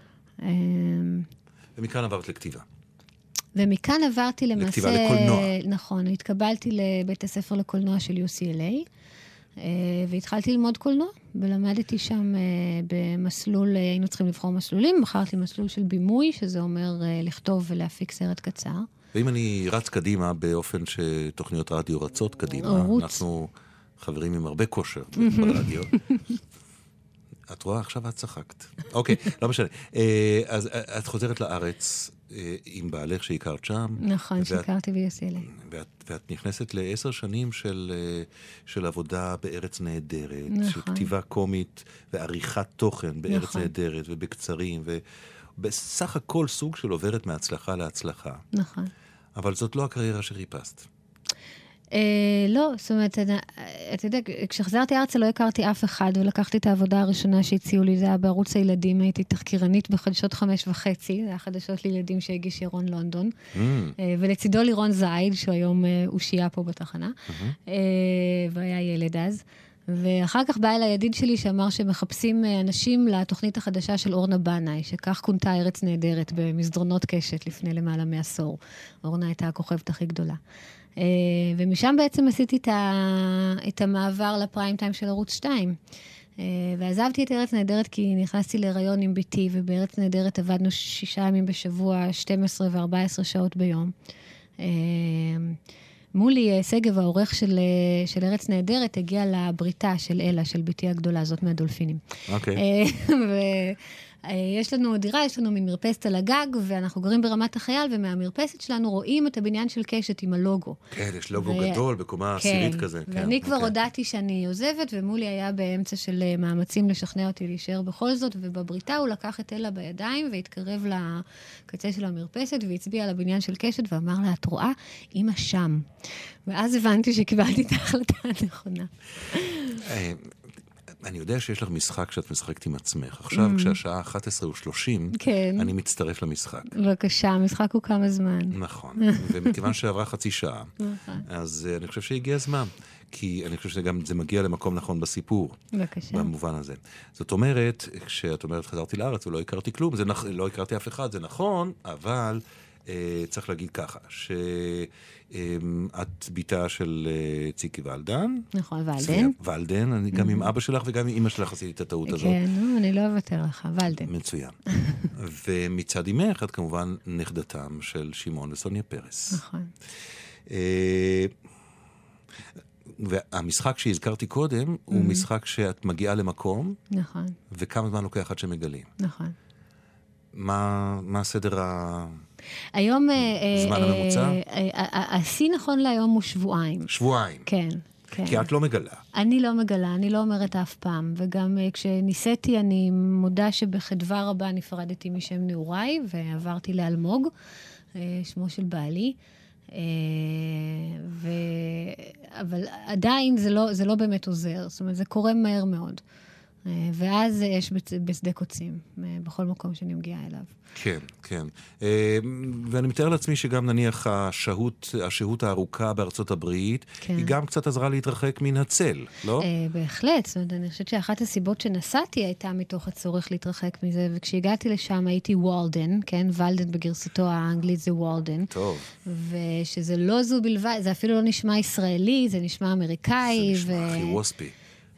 ומכאן עברת לכתיבה. ומכאן עברתי למעשה... לכתיבה לקולנוע. נכון, התקבלתי לבית הספר לקולנוע של יו סי אל איי, והתחלתי ללמוד קולנוע, ולמדתי שם במסלול, היינו צריכים לבחור מסלולים, בחרתי מסלול של בימוי, שזה אומר לכתוב ולהפיק סרט קצר. ואם אני רץ קדימה באופן שתוכניות רדיו רצות קדימה, רוץ. אנחנו חברים עם הרבה כושר ברדיו. את רואה? עכשיו את צחקת. אוקיי, לא משנה. אז את חוזרת לארץ עם בעלך שהכרת שם. נכון, שהכרתי ב-יו סי אל איי. ואת, ואת נכנסת לעשר שנים של, של עבודה בארץ נהדרת, נכון. של כתיבה קומית ועריכת תוכן בארץ נכון. נהדרת ובקצרים, ובסך הכל סוג של עוברת מהצלחה להצלחה. נכון. אבל זאת לא הקריירה שחיפשת. אה, לא, זאת אומרת, אתה יודע, כשחזרתי ארצה לא הכרתי אף אחד, ולקחתי את העבודה הראשונה שהציעו לי, זה היה בערוץ הילדים, הייתי תחקירנית בחדשות חמש וחצי, זה היה חדשות לילדים שהגיש ירון לונדון, mm. אה, ולצידו לירון זייד, שהוא היום אה, אושייה פה בתחנה, mm-hmm. אה, והיה ילד אז, ואחר כך בא אל הידיד שלי שאמר שמחפשים אנשים לתוכנית החדשה של אורנה בנאי, שכך כונתה ארץ נהדרת במסדרונות קשת לפני למעלה מעשור. אורנה הייתה הכוכבת הכי גדולה. ומשם בעצם עשיתי את המעבר לפריים טיים של ערוץ שתיים. ועזבתי את ארץ נהדרת כי נכנסתי להיריון עם ביתי, ובארץ נהדרת עבדנו שישה ימים בשבוע, שתים עשרה וארבע עשרה שעות ביום. מולי סגב, העורך של, של ארץ נהדרת, הגיע לבריתה של אלה, של ביתי הגדולה, זאת מהדולפינים. אוקיי. ויש לנו דירה, יש לנו מין מרפסת על הגג, ואנחנו גרים ברמת החייל, ומהמרפסת שלנו רואים את הבניין של קשת עם הלוגו. כן, יש לוגו ו... גדול, בקומה עשירית כן. כזה. ואני כן, כבר אוקיי. הודעתי שאני עוזבת, ומולי היה באמצע של מאמצים לשכנע אותי להישאר בכל זאת, ובבריתה הוא לקח את אלה בידיים, והתקרב לקצה של המרפסת, והצביע על הבניין של קשת, ואמר לה, את רואה? אמא שם. ואז הבנתי שקיבלתי את ההחלטה הנכונה. אני יודע שיש לך משחק שאת משחקת עם עצמך. עכשיו, כשהשעה אחת עשרה ושלושים, אני מצטרף למשחק. בבקשה, המשחק הוא כמה זמן. נכון. ומכיוון שעברה חצי שעה, אז אני חושב שהגיע הזמן. כי אני חושב שגם זה מגיע למקום נכון בסיפור. בבקשה. במובן הזה. זאת אומרת, כשאת אומרת, חזרתי לארץ ולא הכרתי כלום, לא הכרתי אף אחד, זה נכון, אבל... צריך להגיד ככה, שאת ביתה של ציקי ולדן. נכון, ולדן. ולדן, אני גם עם אבא שלך וגם עם אמא שלך עשיתי את הטעות הזאת. כן, אני לא אוותר לך, ולדן. מצוין. ומצד אמך, את כמובן נכדתם של שמעון וסוניה פרס. נכון. והמשחק שהזכרתי קודם, הוא משחק שאת מגיעה למקום. נכון. וכמה זמן לוקח עד שמגלים. נכון. מה, מה הסדר ה... היום... זמן הממוצע? השיא נכון להיום הוא שבועיים. שבועיים? כן, כן. כי את לא מגלה. אני לא מגלה, אני לא אומרת אף פעם. וגם כשניסיתי, אני מודה שבחדווה רבה נפרדתי משם נעוריי, ועברתי לאלמוג, שמו של בעלי. ו... אבל עדיין זה לא, זה לא באמת עוזר. זאת אומרת, זה קורה מהר מאוד. ואז יש בשדה קוצים, בכל מקום שאני מגיעה אליו. כן, כן. ואני מתאר לעצמי שגם נניח השהות, השהות הארוכה בארצות הברית, היא גם קצת עזרה להתרחק מן הצל, לא? בהחלט. זאת אומרת, אני חושבת שאחת הסיבות שנסעתי הייתה מתוך הצורך להתרחק מזה, וכשהגעתי לשם הייתי וולדן, כן? ולדן בגרסתו האנגלית זה וולדן. טוב. ושזה לא זו בלבד, זה אפילו לא נשמע ישראלי, זה נשמע אמריקאי. זה נשמע הכי ווספי.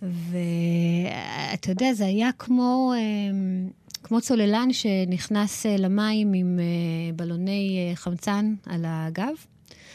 ואתה יודע, זה היה כמו, כמו צוללן שנכנס למים עם בלוני חמצן על הגב,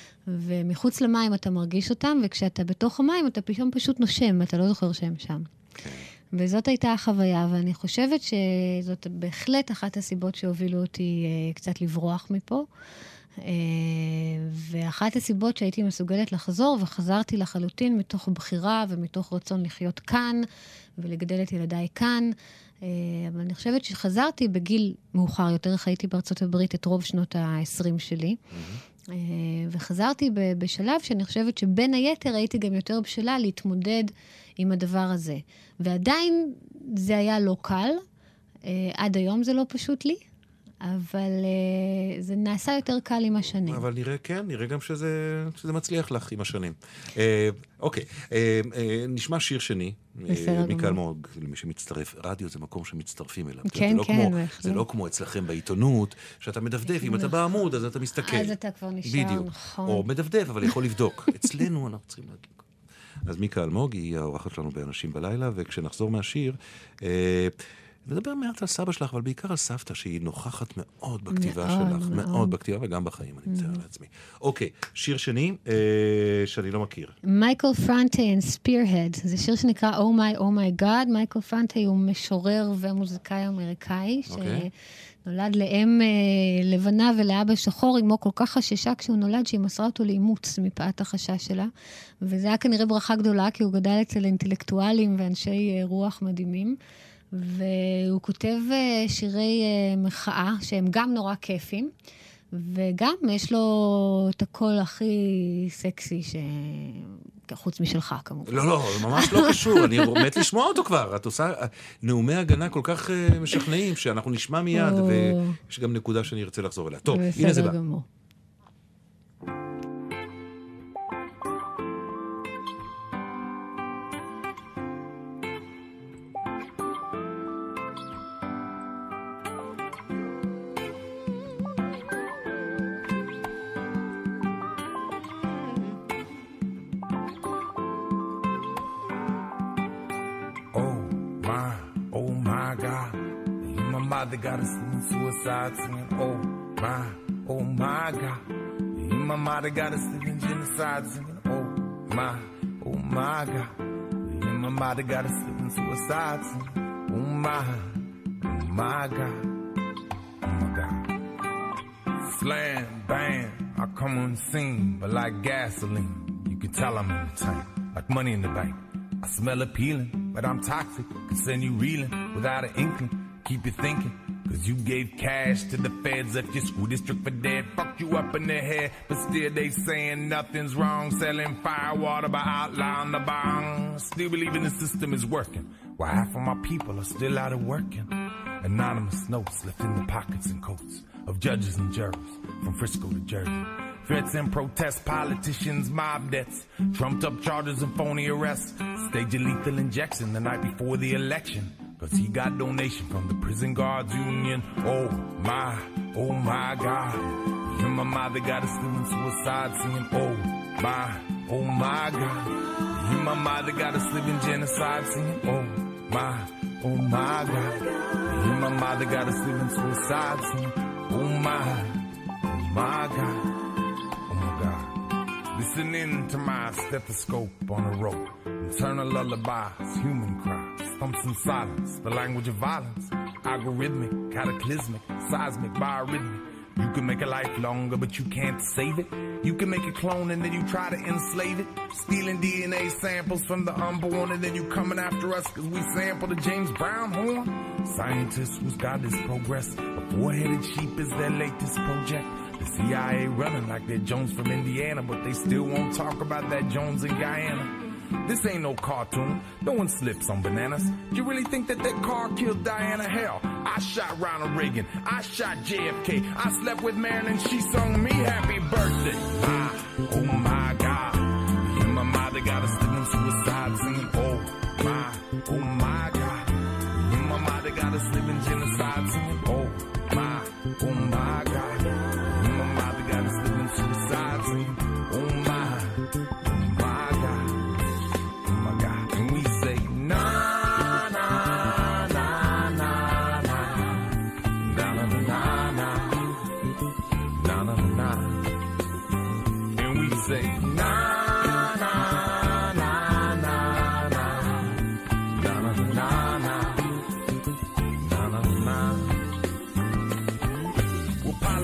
ומחוץ למים אתה מרגיש אותם, וכשאתה בתוך המים אתה פתאום פשוט נושם, אתה לא זוכר שהם שם. כן. וזאת הייתה החוויה, ואני חושבת שזאת בהחלט אחת הסיבות שהובילו אותי uh, קצת לברוח מפה. Uh, ואחת הסיבות שהייתי מסוגלת לחזור, וחזרתי לחלוטין מתוך בחירה ומתוך רצון לחיות כאן, ולגדל את ילדיי כאן. Uh, אבל אני חושבת שחזרתי בגיל מאוחר יותר, חייתי בארצות הברית את רוב שנות ה-עשרים שלי. Mm-hmm. Uh, וחזרתי ב- בשלב שאני חושבת שבין היתר הייתי גם יותר בשלה להתמודד עם הדבר הזה. ועדיין זה היה לא קל, uh, עד היום זה לא פשוט לי, אבל uh, זה נעשה יותר קל עם השנים. אבל נראה, כן, נראה גם שזה, שזה מצליח לך עם השנים. Uh, אוקיי, uh, uh, נשמע שיר שני. בסדר. מיקה אלמוג, למי שמצטרף, רדיו זה מקום שמצטרפים אליו. כן, זה כן. לא כמו, זה לא כמו אצלכם בעיתונות, שאתה מדפדף, אם אתה בעמוד, אז אתה מסתכל. אז אתה כבר נשאר, בדיוק. נכון. או מדפדף, אבל יכול לבדוק. אצלנו אנחנו צריכים להדליק. אז מיקה אלמוג היא האורחת שלנו באנשים בלילה, וכשנחזור מהשיר, אה, נדבר מעט על סבא שלך, אבל בעיקר על סבתא, שהיא נוכחת מאוד בכתיבה מאוד, שלך, מאוד. מאוד בכתיבה, וגם בחיים, אני מצטער לעצמי. אוקיי, שיר שני, אה, שאני לא מכיר. מייקל פרנטה and Spearhead, זה שיר שנקרא Oh My Oh My God. מייקל פרנטה הוא משורר ומוזיקאי אמריקאי, אוקיי. שנולד לאם אה, לבנה ולאבא שחור, אמו כל כך חששה כשהוא נולד שהיא מסרה אותו לאימוץ מפאת החשש שלה, וזה היה כנראה ברכה גדולה, כי הוא גדל אצל אינטלקטואלים ואנשי אה, רוח מדהימים, והוא כותב אה, שירי אה, מחאה שהם גם נורא כיפים, וגם יש לו את הקול הכי סקסי, ש... חוץ משלך כמובן. לא, לא, ממש לא קשור, אני מת לשמוע אותו כבר. את עושה נאומי הגנה כל כך uh, משכנעים, שאנחנו נשמע מיד, ויש גם נקודה שאני ארצה לחזור אליה. טוב, הנה זה בא. בסדר גמור. They got us in suicide singing, oh my, oh my God. And my mother got us living genocide singing, oh my, oh my God. And my mother got us living suicide singing, oh my, oh my God, oh my God. Slam, bam, I come on the scene, but like gasoline, you can tell I'm in the tank, like money in the bank. I smell appealing, but I'm toxic, can send you reeling without an inkling. Keep you thinking, cause you gave cash to the feds. If your school district for dead, fucked you up in the head. But still they saying nothing's wrong. Selling fire water by outlawing the bong. Still believing the system is working, while half of my people are still out of working. Anonymous notes left in the pockets and coats of judges and jurors from Frisco to Jersey. Threats and protests, politicians, mob debts, trumped up charges and phony arrests. Stage a lethal injection the night before the election, cause he got donation from the prison guards union. Oh my, oh my God. And my mother got us living suicide singing, oh my, oh my God. And my mother got us living genocide singing, oh my, oh my God. And my mother got us living suicide singing, oh my, oh my God. Listening to my stethoscope on a rope, internal lullabies, human cries, thumps in silence, the language of violence, algorithmic, cataclysmic, seismic, biorhythmic. You can make a life longer, but you can't save it. You can make a clone and then you try to enslave it, stealing D N A samples from the unborn, and then you coming after us because we sampled the James Brown horn. Scientists whose God is progress, a four-headed sheep is their latest project. The C I A running like they're Jones from Indiana, but they still won't talk about that Jones in Guyana. This ain't no cartoon, no one slips on bananas. Do you really think that that car killed Diana? Hell, I shot Ronald Reagan, I shot J F K, I slept with Marilyn, she sung me happy birthday. My, oh my God, and my mother got us living suicide singing, oh my, oh my God. And my mother got us living genocide singing, oh my, oh my God. And my mother got us living suicide singing, oh my, oh my God. Oh my God. And we say, na na na na na na na na na na na na. And we say, na na na na na na na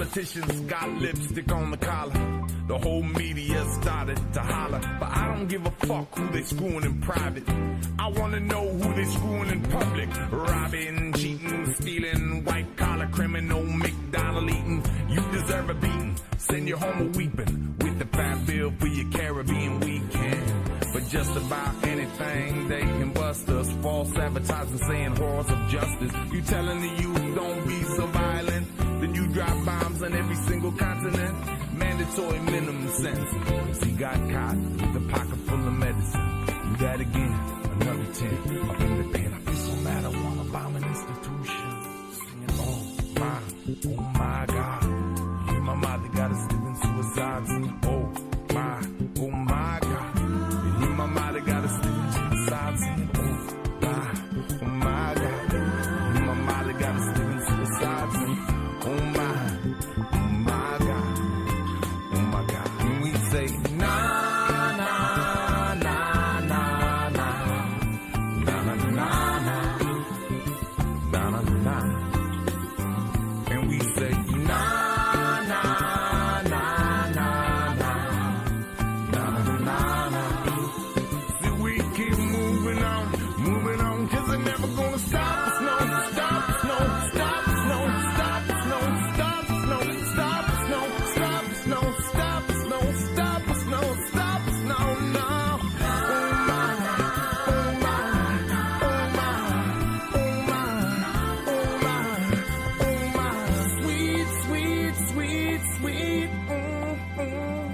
Politicians got lipstick on the collar. The whole media started to holler, but I don't give a fuck who they screwing in private. I wanna know who they screwing in public. Robbing, cheating, stealing, white collar criminal, McDonald eating. You deserve a beating. Send your home a weeping with the fat bill for your Caribbean weekend. But just about anything they can bust us. False advertising saying horrors of justice. You telling the youth don't be so violent. Then you drop bombs on every single continent. Mandatory minimum sentence. Cause he got caught with a pocket full of medicine. You that again, another ten. Up in the pen, I feel so mad I wanna bomb an institution. Singing, oh my, oh my God. You and my mother got us living suicides. Oh my, oh my God. You and my mother got us living suicides. Oh my, oh my God. You and my mother got us living suicides. Oh my, oh my God. Oh my God. And we say, nah, nah, nah, nah, nah. Nah, nah, nah, nah. Nah, nah, nah. And we say, nah, nah, nah, nah, nah. Nah, nah, nah. See, we keep moving on, moving on, cause they're never gonna stop us, no. Stop us, no. Stop us, no. Stop us, no. Stop us, no. Stop us, no. Stop us, no. Stop us, no. Stop us, no. Stop us, no, no. Oh my, oh my, oh my, oh my, oh my, oh my. Sweet, sweet, sweet, sweet. Mm, mm,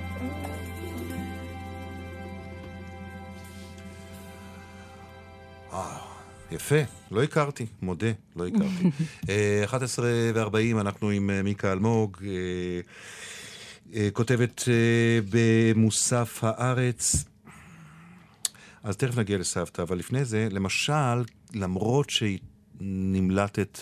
יפה, לא הכרתי, מודה, לא הכרתי. אה, אחת עשרה וארבעים, אנחנו עם אה, מיקה אלמוג, אה, אה, כותבת אה, במוסף הארץ. אז תכף נגיע לסבתא, אבל לפני זה, למשל, למרות שהיא נמלטת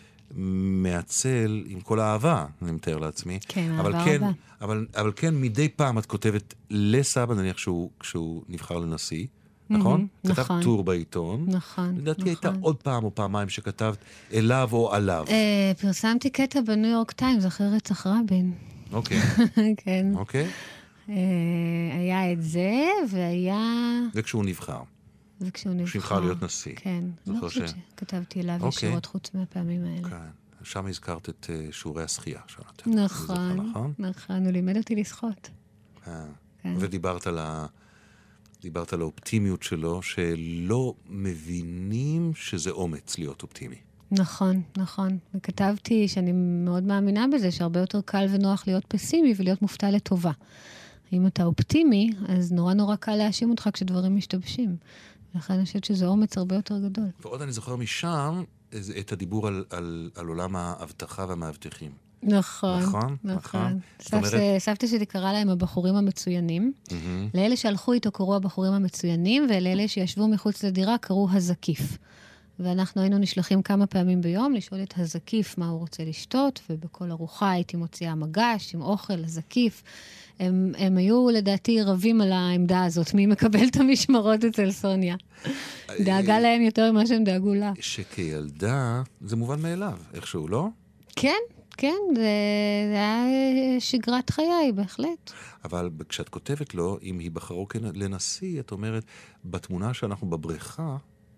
מהצל עם כל האהבה, אני מתאר לעצמי. כן, אבל אהבה כן, רבה. אבל, אבל כן, מדי פעם את כותבת לסבא, נניח שהוא, כשהוא נבחר לנשיא, נכון? נכון. כתבת טור בעיתון. נכון, לדעתי נכון. הייתה עוד פעם או פעמיים שכתבת אליו או עליו. אה, פרסמתי קטע בניו יורק טיימס אחרי רצח רבין. אוקיי, כן. אוקיי. אה, היה את זה, והיה... וכשהוא נבחר. וכשהוא נבחר. כשנבחר להיות נשיא. כן. זוכר לא חושבת ש- שכתבתי אליו אוקיי. ישירות חוץ מהפעמים האלה. כן. שם הזכרת את אה, שיעורי השחייה. שנתת. נכון, אני זוכר, נכון? נכון, הוא לימד אותי לשחות. אה. כן. ודיברת על ה... דיברת על האופטימיות שלו, שלא מבינים שזה אומץ להיות אופטימי. נכון, נכון. וכתבתי שאני מאוד מאמינה בזה, שהרבה יותר קל ונוח להיות פסימי ולהיות מופתע לטובה. אם אתה אופטימי, אז נורא נורא קל להאשים אותך כשדברים משתבשים. ולכן אני חושבת שזה אומץ הרבה יותר גדול. ועוד אני זוכר משם את הדיבור על, על, על עולם האבטחה והמאבטחים. נכון, נכון, נכון. נכון. זאת סבתא- אומרת- סבתא שלי קרא להם הבחורים המצוינים. לאלה שהלכו איתו קראו הבחורים המצוינים, ולאלה שישבו מחוץ לדירה קראו הזקיף. ואנחנו היינו נשלחים כמה פעמים ביום לשאול את הזקיף מה הוא רוצה לשתות, ובכל ארוחה הייתי מוציאה מגש עם אוכל, הזקיף. הם, הם היו לדעתי רבים על העמדה הזאת, מי מקבל את המשמרות אצל סוניה. דאגה להם יותר ממה שהם דאגו לה. שכילדה זה מובן מאליו, איכשהו, לא? כן, כן, זה, זה היה שגרת חיי, בהחלט. אבל כשאת כותבת לו, אם ייבחרו לנשיא, את אומרת, בתמונה שאנחנו בבריכה,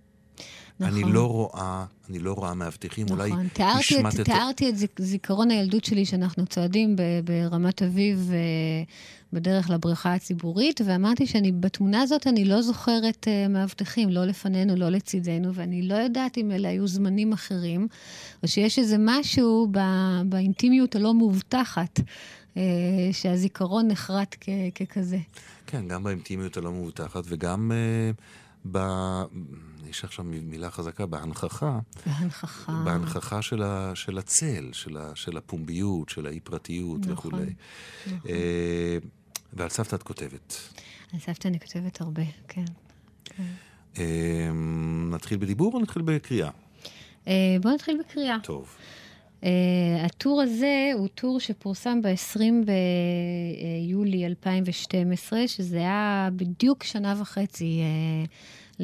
נכון. אני לא רואה, אני לא רואה מאבטחים, אולי נכון, תיארתי השמטת... את, תיארתי את זיק- זיכרון הילדות שלי שאנחנו צועדים ב- ברמת אביב אה, בדרך לבריכה הציבורית, ואמרתי שאני בתמונה הזאת אני לא זוכרת אה, מאבטחים, לא לפנינו, לא לצידנו, ואני לא יודעת אם אלה היו זמנים אחרים, או שיש איזה משהו ב- באינטימיות הלא מובטחת, אה, שהזיכרון נחרט כ- ככזה. כן, גם באינטימיות הלא מבוטחת, וגם אה, ב... יש עכשיו מילה חזקה, בהנכחה. בהנכחה. בהנכחה של, ה, של הצל, של, ה, של הפומביות, של האי-פרטיות נכון, וכו'. נכון. אה, ועל סבתא את כותבת. על סבתא אני כותבת הרבה, כן. כן. אה, נתחיל בדיבור או נתחיל בקריאה? אה, בואו נתחיל בקריאה. טוב. Uh, הטור הזה הוא טור שפורסם ב-עשרים ביולי אלפיים ושתים עשרה, שזה היה בדיוק שנה וחצי uh,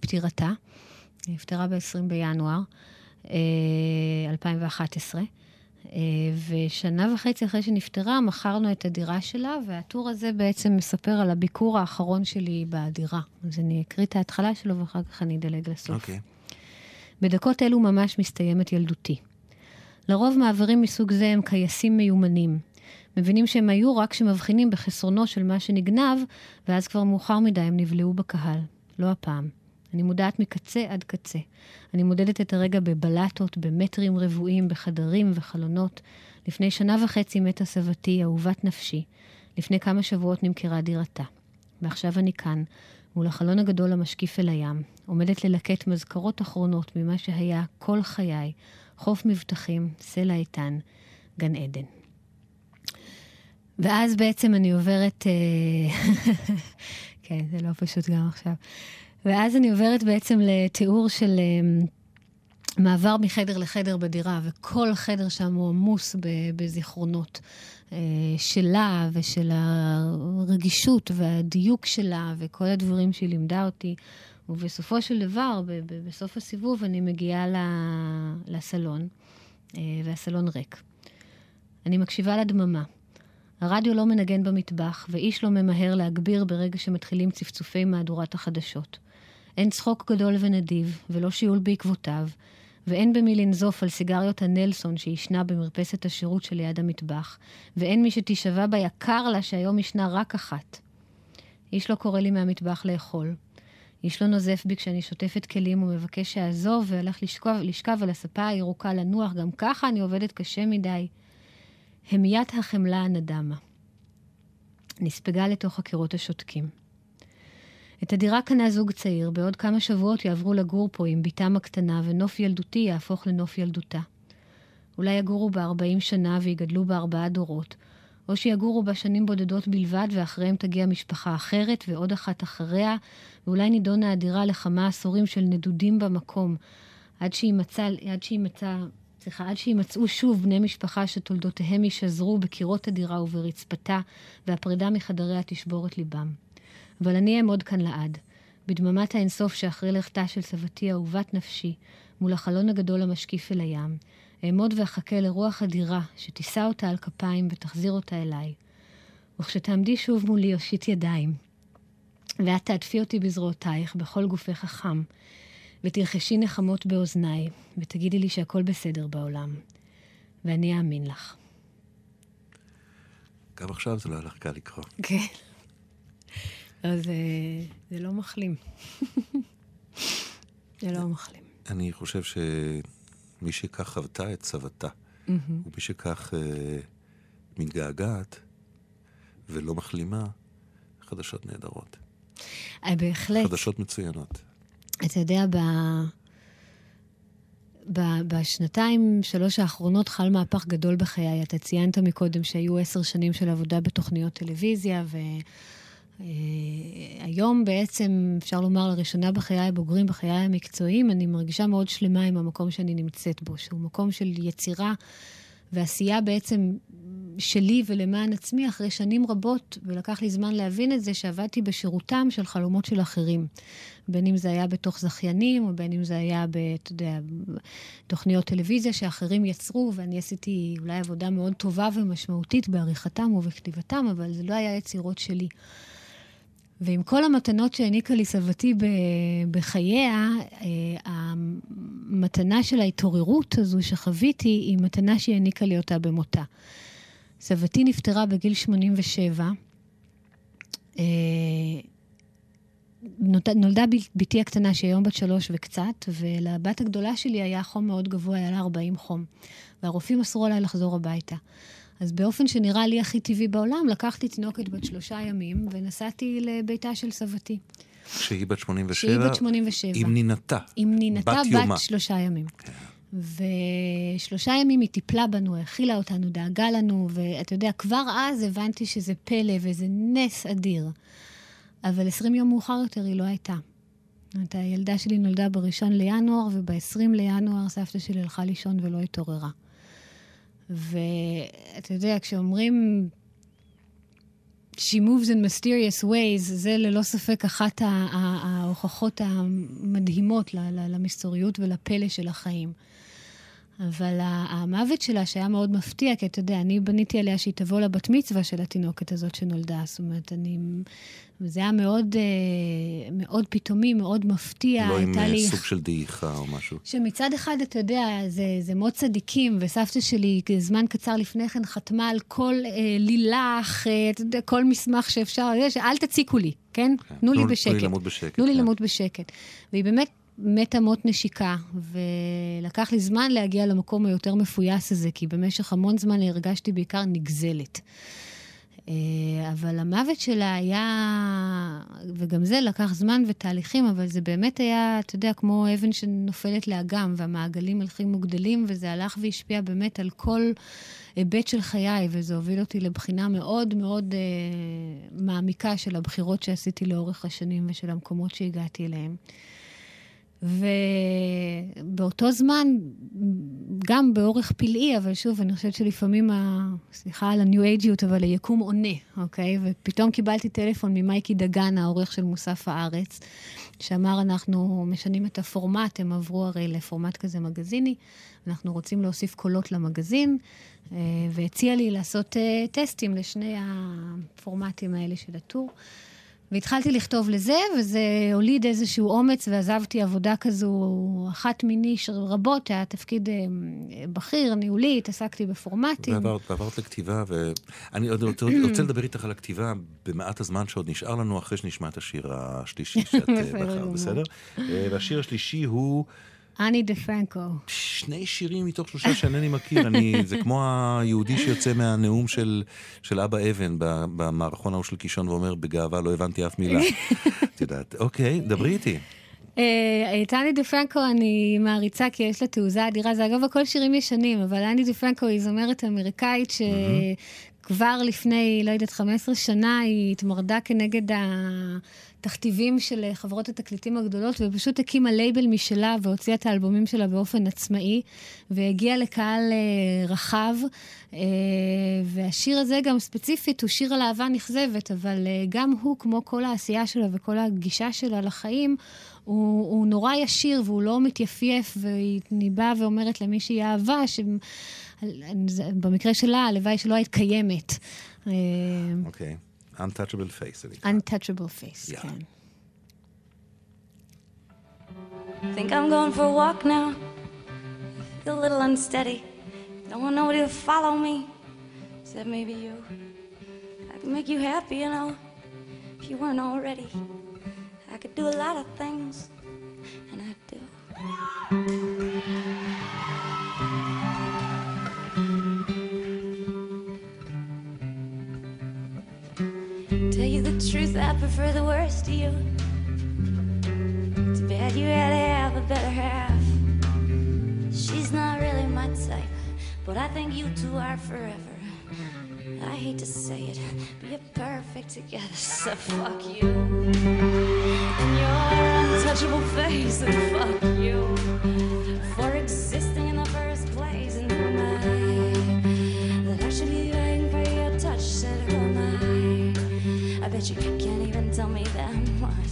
מפטירתה. היא נפטרה ב-עשרים בינואר uh, אלפיים ואחת עשרה. ושנה וחצי אחרי שנפטרה, מכרנו את הדירה שלה, והטור הזה בעצם מספר על הביקור האחרון שלי בדירה. אז אני אקריא את ההתחלה שלו, ואחר כך אני אדלג לסוף. אוקיי. בדקות אלו ממש מסתיימת ילדותי. לרוב מעברים מסוג זה הם קייסים מיומנים. מבינים שהם היו רק שמבחינים בחסרונו של מה שנגנב, ואז כבר מאוחר מדי הם נבלעו בקהל. לא הפעם. אני מודעת מקצה עד קצה. אני מודדת את הרגע בבלטות, במטרים רבועים, בחדרים וחלונות. לפני שנה וחצי מתה סבתי, אהובת נפשי. לפני כמה שבועות נמכרה דירתה. ועכשיו אני כאן, מול החלון הגדול המשקיף אל הים, עומדת ללקט מזכרות אחרונות ממה שהיה כל חיי, חוף מבטחים, סלע איתן, גן עדן. ואז בעצם אני עוברת... כן, זה לא פשוט גם עכשיו. ואז אני עוברת בעצם לתיאור של um, מעבר מחדר לחדר בדירה, וכל חדר שם הוא עמוס בזיכרונות uh, שלה ושל הרגישות והדיוק שלה וכל הדברים שהיא לימדה אותי. ובסופו של דבר, ב- ב- בסוף הסיבוב, אני מגיעה לסלון, uh, והסלון ריק. אני מקשיבה לדממה. הרדיו לא מנגן במטבח, ואיש לא ממהר להגביר ברגע שמתחילים צפצופי מהדורת החדשות. אין צחוק גדול ונדיב, ולא שיעול בעקבותיו, ואין במי לנזוף על סיגריות הנלסון שישנה במרפסת השירות שליד המטבח, ואין מי שתשווה ביקר לה שהיום ישנה רק אחת. איש לא קורא לי מהמטבח לאכול. איש לא נוזף בי כשאני שוטפת כלים ומבקש שעזוב והלך לשכב, לשכב על הספה הירוקה לנוח, גם ככה אני עובדת קשה מדי. המיית החמלה הנדמה. נספגה לתוך הקירות השותקים. את הדירה קנה זוג צעיר, בעוד כמה שבועות יעברו לגור פה עם ביתם הקטנה, ונוף ילדותי יהפוך לנוף ילדותה. אולי יגורו בה ארבעים שנה ויגדלו בה ארבעה דורות, או שיגורו בה שנים בודדות בלבד, ואחריהם תגיע משפחה אחרת ועוד אחת אחריה, ואולי נידונה הדירה לכמה עשורים של נדודים במקום, עד שימצא, עד שימצא, סליחה, עד שימצאו שוב בני משפחה שתולדותיהם ישזרו בקירות הדירה וברצפתה, והפרידה מחדריה תשבור את ליבם. אבל אני אעמוד כאן לעד, בדממת האינסוף שאחרי לכתה של סבתי אהובת נפשי, מול החלון הגדול המשקיף אל הים, אעמוד ואחכה לרוח הדירה שתישא אותה על כפיים ותחזיר אותה אליי. וכשתעמדי שוב מולי הושיט ידיים, ואת תעטפי אותי בזרועותייך בכל גופך החם, ותרחשי נחמות באוזניי, ותגידי לי שהכל בסדר בעולם, ואני אאמין לך. גם עכשיו זה לא הלך קל לקרוא. כן. אז זה לא מחלים. זה לא מחלים. אני חושב שמי שכך חוותה את סבתה, ומי שכך מתגעגעת ולא מחלימה, חדשות נהדרות. בהחלט. חדשות מצוינות. אתה יודע, ב... ב... בשנתיים, שלוש האחרונות חל מהפך גדול בחיי. אתה ציינת מקודם שהיו עשר שנים של עבודה בתוכניות טלוויזיה, והיום בעצם, אפשר לומר, לראשונה בחיי הבוגרים, בחיי המקצועיים, אני מרגישה מאוד שלמה עם המקום שאני נמצאת בו, שהוא מקום של יצירה ועשייה בעצם שלי ולמען עצמי אחרי שנים רבות, ולקח לי זמן להבין את זה, שעבדתי בשירותם של חלומות של אחרים. בין אם זה היה בתוך זכיינים, או בין אם זה היה אתה יודע, בתוכניות טלוויזיה שאחרים יצרו, ואני עשיתי אולי עבודה מאוד טובה ומשמעותית בעריכתם ובכתיבתם, אבל זה לא היה יצירות שלי. ועם כל המתנות שהעניקה לי סבתי בחייה, המתנה של ההתעוררות הזו שחוויתי, היא מתנה שהעניקה לי אותה במותה. סבתי נפטרה בגיל שמונים ושבע, נולדה ביתי הקטנה שהיום בת שלוש וקצת, ולבת הגדולה שלי היה חום מאוד גבוה, היה לה ארבעים חום, והרופאים אסרו עליי לחזור הביתה. אז באופן שנראה לי הכי טבעי בעולם, לקחתי תינוקת בת שלושה ימים, ונסעתי לביתה של סבתי. שהיא בת שמונים ושבע? שהיא בת שמונים ושבע. עם נינתה. עם נינתה בת, בת יומה. שלושה ימים. כן. ושלושה ימים היא טיפלה בנו, הכילה אותנו, דאגה לנו, ואתה יודע, כבר אז הבנתי שזה פלא וזה נס אדיר. אבל עשרים יום מאוחר יותר היא לא הייתה. זאת, הילדה שלי נולדה בראשון לינואר, וב-עשרים לינואר סבתא שלי הלכה לישון ולא התעוררה. ואתה יודע, כשאומרים she moves in mysterious ways, זה ללא ספק אחת ההוכחות המדהימות למסתוריות ולפלא של החיים. אבל המוות שלה שהיה מאוד מפתיע, כי אתה יודע, אני בניתי עליה שהיא תבוא לבת מצווה של התינוקת הזאת שנולדה, זאת אומרת, אני... וזה היה מאוד, מאוד פתאומי, מאוד מפתיע. לא עם לי... סוג של דעיכה או משהו. שמצד אחד, אתה יודע, זה, זה מאוד צדיקים, וסבתא שלי, זמן קצר לפני כן, חתמה על כל אה, לילך, אה, אתה יודע, כל מסמך שאפשר, אל תציקו לי, כן? כן. תנו לי בשקט. תנו לי למות בשקט. תנו לי כן. למות בשקט. והיא באמת מתה מות נשיקה, ולקח לי זמן להגיע למקום היותר מפויס הזה, כי במשך המון זמן הרגשתי בעיקר נגזלת. אבל המוות שלה היה, וגם זה לקח זמן ותהליכים, אבל זה באמת היה, אתה יודע, כמו אבן שנופלת לאגם, והמעגלים הלכים וגדלים, וזה הלך והשפיע באמת על כל היבט של חיי, וזה הוביל אותי לבחינה מאוד מאוד אה, מעמיקה של הבחירות שעשיתי לאורך השנים, ושל המקומות שהגעתי אליהם. ובאותו זמן, גם באורך פלאי, אבל שוב, אני חושבת שלפעמים, ה... סליחה על הניו-אייג'יות, אבל היקום עונה, אוקיי? ופתאום קיבלתי טלפון ממייקי דגן, העורך של מוסף הארץ, שאמר, אנחנו משנים את הפורמט, הם עברו הרי לפורמט כזה מגזיני, אנחנו רוצים להוסיף קולות למגזין, והציע לי לעשות טסטים לשני הפורמטים האלה של הטור. והתחלתי לכתוב לזה, וזה הוליד איזשהו אומץ, ועזבתי עבודה כזו, אחת מיני רבות, היה תפקיד בכיר, ניהולי, התעסקתי בפורמטים. ועברת, ועברת לכתיבה, ואני עוד רוצה, רוצה לדבר איתך על הכתיבה, במעט הזמן שעוד נשאר לנו, אחרי שנשמע את השיר השלישי שאת בחר, בסדר? והשיר השלישי הוא... אני דה פרנקו. שני שירים מתוך שלושה שאינני מכיר. אני, זה כמו היהודי שיוצא מהנאום של, של אבא אבן במערכון ההוא של קישון ואומר, בגאווה לא הבנתי אף מילה. את יודעת, אוקיי, דברי איתי. את אני דה פרנקו אני מעריצה, כי יש לה תעוזה אדירה. זה אגב הכל שירים ישנים, אבל אני דה פרנקו היא זמרת אמריקאית ש... כבר לפני, לא יודעת, חמש עשרה שנה, היא התמרדה כנגד התכתיבים של חברות התקליטים הגדולות, ופשוט הקימה לייבל משלה, והוציאה את האלבומים שלה באופן עצמאי, והגיעה לקהל רחב, והשיר הזה גם ספציפית, הוא שיר על אהבה נכזבת, אבל גם הוא, כמו כל העשייה שלה וכל הגישה שלה לחיים, הוא, הוא נורא ישיר, והוא לא מתייפייף, והיא באה ואומרת למי שהיא אהבה, ש... במקרה שלה, הלוואי שלא היית קיימת. אוקיי. Untouchable face. Untouchable face, כן. Think I'm going for a walk now. Feel a little unsteady. Don't want nobody to follow me. Except maybe you. I could make you happy, you know. If you weren't already. I could do a lot of things. And I do. Tell you the truth, I prefer the worst to you. Too bad you had to have a better half. She's not really my type, but I think you two are forever. I hate to say it, but you're perfect together, so fuck you. And your untouchable face, and fuck you. For existing in the first place, and who am I? That I should be waiting for your touch, said who am I? I bet you can't even tell me that much.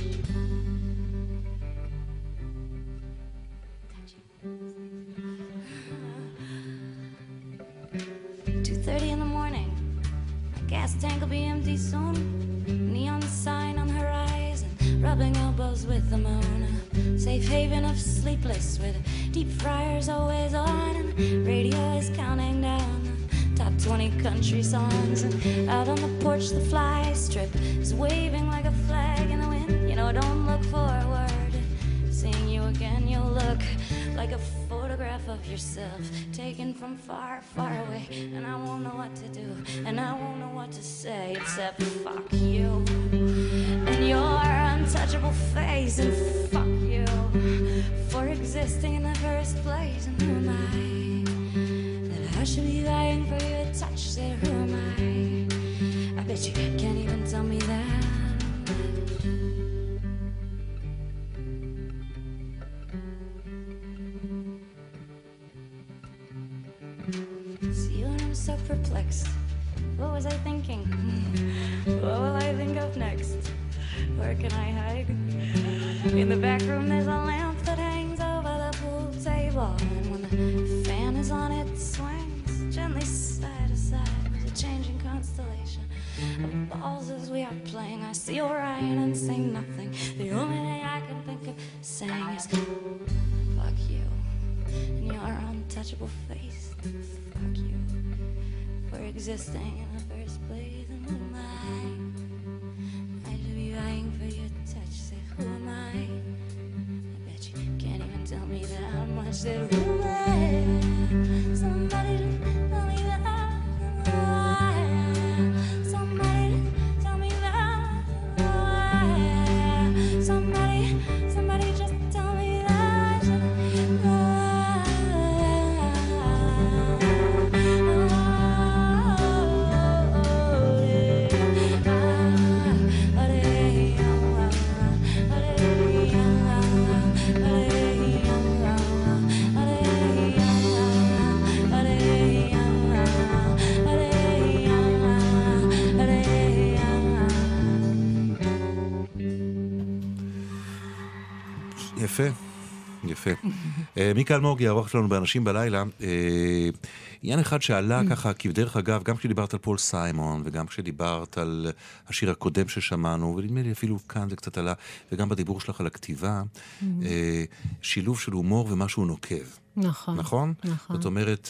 two thirty in the morning, my gas tank will be empty soon. Neon sign on the horizon, rubbing elbows with the moon. Safe haven of sleepless with deep fryers always on, and radio is counting down top twenty country songs. And out on the porch the fly strip is waving like a flag in the wind. You know, don't look forward, seeing you again you'll look like a photograph of yourself taken from far, far away. And I won't know what to do, and I won't know what to say except fuck you and your untouchable face, and fuck you for existing in the first place. And who am I that I should be lying for your touch? Say, who am I? I bet you can't even tell me that. See, when I'm so perplexed, what was I thinking? What will I think of next? Where can I hide? In the back room there's a lamp that hangs over the pool table, and when the as on it swings gently side to side with a changing constellation of balls as we are playing. I see Orion and say nothing. The only thing I can think of saying is fuck you and your untouchable face. Fuck you for existing in the first place. And who am I? I should be vying for your touch. Say who am I? I bet you can't even tell me that how much that who am I? Somebody just tell me that who I am. Somebody just tell me that who I am. Somebody, somebody just tell me that who יפה, יפה. מיקה אלמוג יערוך שלנו באנשים בלילה. עניין אחד שעלה ככה, כבדרך אגב, גם כשדיברת על פול סיימון, וגם כשדיברת על השיר הקודם ששמענו, ונדמה לי אפילו כאן זה קצת עלה, וגם בדיבור שלך על הכתיבה, שילוב של הומור ומשהו נוקב. נכון. נכון? נכון. זאת אומרת,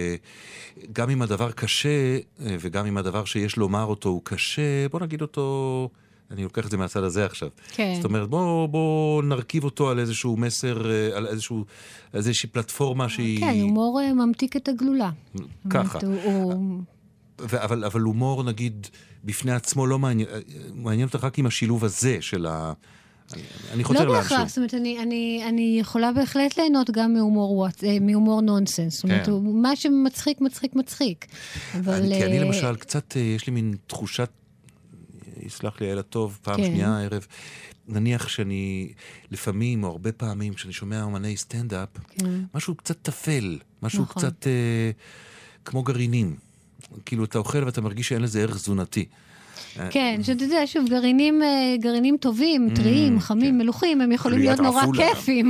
גם אם הדבר קשה, וגם אם הדבר שיש לומר אותו הוא קשה, בוא נגיד אותו... אני לוקח את זה מהצד הזה עכשיו. כן. זאת אומרת, בוא, בוא נרכיב אותו על איזשהו מסר, על איזשהו, איזושהי פלטפורמה שהיא... כן, הומור ממתיק את הגלולה. ככה. הוא, הוא... ו- אבל, אבל הומור, נגיד, בפני עצמו לא מעניין, מעניין אותך רק עם השילוב הזה של ה... אני, אני חותר לא לאנשהו. בהכרח, זאת אומרת, אני, אני, אני יכולה בהחלט ליהנות גם מהומור, מהומור נונסנס. זאת אומרת, כן. מה שמצחיק, מצחיק, מצחיק. אבל... אני, כי אני למשל, קצת, יש לי מין תחושת, יסלח לי, היה טוב, פעם כן. שנייה הערב, נניח שאני, לפעמים, או הרבה פעמים, כשאני שומע אומני סטנדאפ, כן. משהו קצת תפל, משהו נכון. קצת אה, כמו גרעינים. כאילו, אתה אוכל ואתה מרגיש שאין לזה ערך תזונתי. כן, שאתה יודע, שוב, גרעינים, גרעינים טובים, טריים, חמים, מלוכים, הם יכולים להיות נורא כיפים.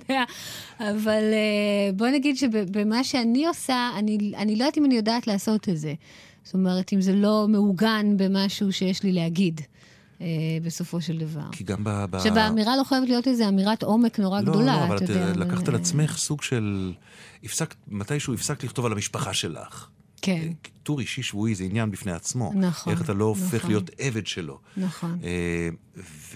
אבל בוא נגיד שבמה שאני עושה, אני לא יודעת אם אני יודעת לעשות את זה. זאת אומרת, אם זה לא מעוגן במשהו שיש לי להגיד, בסופו של דבר. כי גם ב... שבאמירה לא חייבת להיות איזו אמירת עומק נורא גדולה. לא, אבל את לקחת על עצמך סוג של... מתישהו הפסקת לכתוב על המשפחה שלך. כן. טור אישי שבועי זה עניין בפני עצמו. נכון. איך אתה לא הופך נכון. להיות עבד שלו. נכון. ו...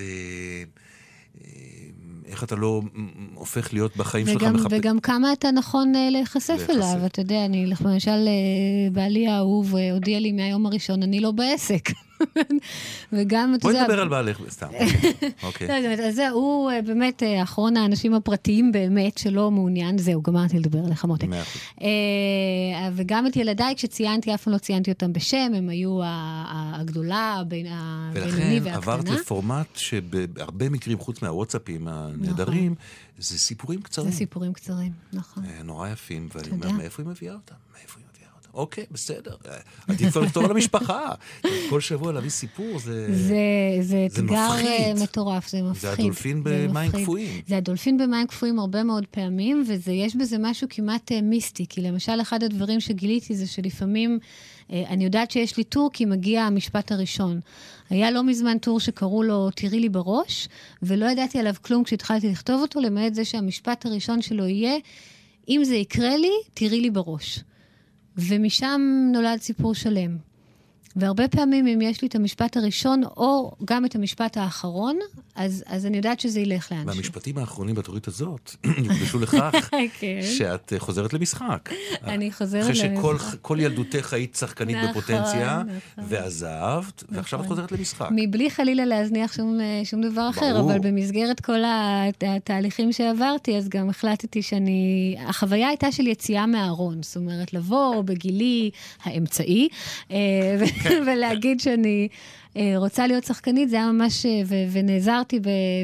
איך אתה לא הופך להיות בחיים שלך וגם, מחפש... וגם כמה אתה נכון להיחשף אליו. אתה יודע, אני למשל, בעלי האהוב הודיע לי מהיום הראשון, אני לא בעסק. וגם, אתה יודע... בואי נדבר על בעלך, סתם. אוקיי. אז זה, הוא באמת אחרון האנשים הפרטיים באמת שלא מעוניין, זהו, גמרתי לדבר עליך מוטי. מאה אחוז. וגם את ילדיי, כשציינתי, אף פעם לא ציינתי אותם בשם, הם היו הגדולה, הבינוני והקטנה. ולכן עברת לפורמט שבהרבה מקרים, חוץ מהוואטסאפים הנהדרים, זה סיפורים קצרים. זה סיפורים קצרים, נכון. נורא יפים, ואני אומר, מאיפה היא מביאה אותם? מאיפה היא מביאה אותם? אוקיי, בסדר. עדיף כבר לכתוב על המשפחה. כל שבוע להביא סיפור, זה זה אתגר מטורף, זה מפחיד. זה הדולפין במים קפואים. זה הדולפין במים קפואים הרבה מאוד פעמים, ויש בזה משהו כמעט מיסטי, כי למשל אחד הדברים שגיליתי זה שלפעמים, אני יודעת שיש לי טור כי מגיע המשפט הראשון. היה לא מזמן טור שקראו לו תראי לי בראש, ולא ידעתי עליו כלום כשהתחלתי לכתוב אותו, למעט זה שהמשפט הראשון שלו יהיה, אם זה יקרה לי, תראי לי בראש. ומשם נולד סיפור שלם. והרבה פעמים אם יש לי את המשפט הראשון, או גם את המשפט האחרון, אז, אז אני יודעת שזה ילך לאנשהו. והמשפטים האחרונים בתורית הזאת, יוקדשו לכך שאת חוזרת למשחק. אני חוזרת למשחק. אחרי שכל ילדותך היית שחקנית בפוטנציה, ועזבת, ועכשיו את חוזרת למשחק. מבלי חלילה להזניח שום, שום דבר אחר, אבל במסגרת כל התהליכים שעברתי, אז גם החלטתי שאני, החוויה הייתה של יציאה מהארון, זאת אומרת, לבוא בגילי האמצעי, ולהגיד שאני רוצה להיות שחקנית, זה היה ממש, ונעזרתי הכרתי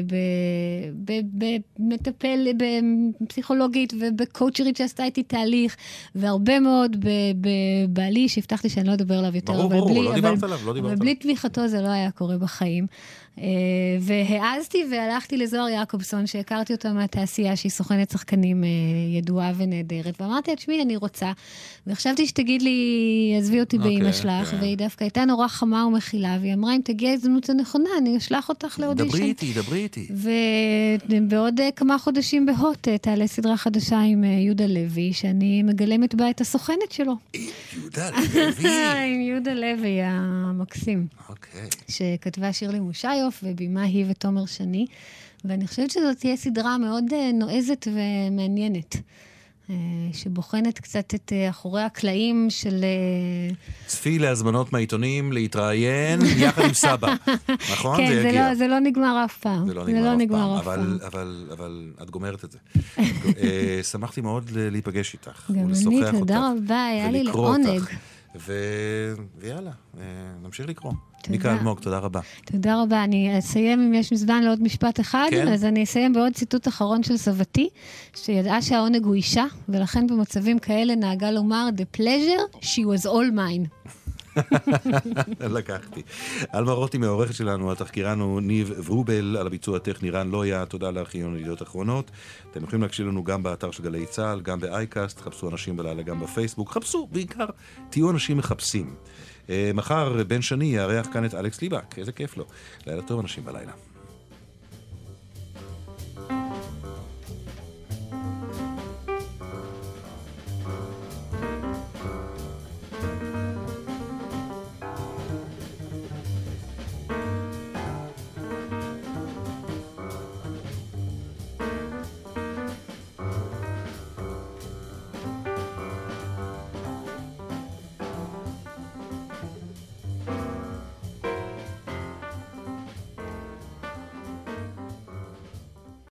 במטפל, בפסיכולוגית ובקואוצ'רית שעשתה איתי תהליך, והרבה מאוד בבעלי שהבטחתי שאני לא אדבר עליו יותר. ברור, ברור, לא דיברת עליו, לא דיברת עליו. אבל בלי תמיכתו זה לא היה קורה בחיים. והעזתי והלכתי לזוהר יעקובסון, שהכרתי אותה מהתעשייה, שהיא סוכנת שחקנים ידועה ונהדרת, ואמרתי, תשמעי, אני רוצה, וחשבתי שתגיד לי, עזבי אותי באמא שלך, והיא דווקא הייתה נורא חמה ומכילה, והיא אמרה, אם תגיע ההזדמנות הנכונה, אני אשלח אותך לאודישן. דברי איתי, דברי איתי. ובעוד כמה חודשים בהוט, תעלה סדרה חדשה עם יהודה לוי, שאני מגלמת בה את הסוכנת שלו. עם יהודה לוי? עם יהודה לוי, המקסים. אוקיי. שכתבה שירלי מושיוף, ובימה היא ותומר שני, ואני חושבת שזאת תהיה סדרה מאוד נועזת ומעניינת, שבוחנת קצת את אחורי הקלעים של... צפי להזמנות מהעיתונים להתראיין יחד עם סבא, נכון? כן, זה, זה, יגיע. לא, זה לא נגמר אף פעם. זה לא זה נגמר, לא אף, נגמר פעם, אף אבל, פעם. אבל, אבל את גומרת את זה. שמחתי מאוד להיפגש איתך. גם אני, תודה רבה, היה לי לעונג. ו... ויאללה, נמשיך לקרוא. מיקה אלמוג, תודה רבה. תודה רבה. אני אסיים, אם יש מזמן לעוד משפט אחד, כן? אז אני אסיים בעוד ציטוט אחרון של סבתי, שידעה שהעונג הוא אישה, ולכן במצבים כאלה נהגה לומר, the pleasure, she was all mine. לקחתי. אלמה רותי מעורכת שלנו, התחקירן הוא ניב ורובל, על הביצוע הטכני רן לויה, תודה לארכיון ידיעות אחרונות. אתם יכולים להקשיב לנו גם באתר של גלי צהל, גם באייקאסט, חפשו אנשים בלילה גם בפייסבוק, חפשו, בעיקר תהיו אנשים מחפשים. מחר בן שני יארח כאן את אלכס ליבק, איזה כיף לו. לילה טוב אנשים בלילה.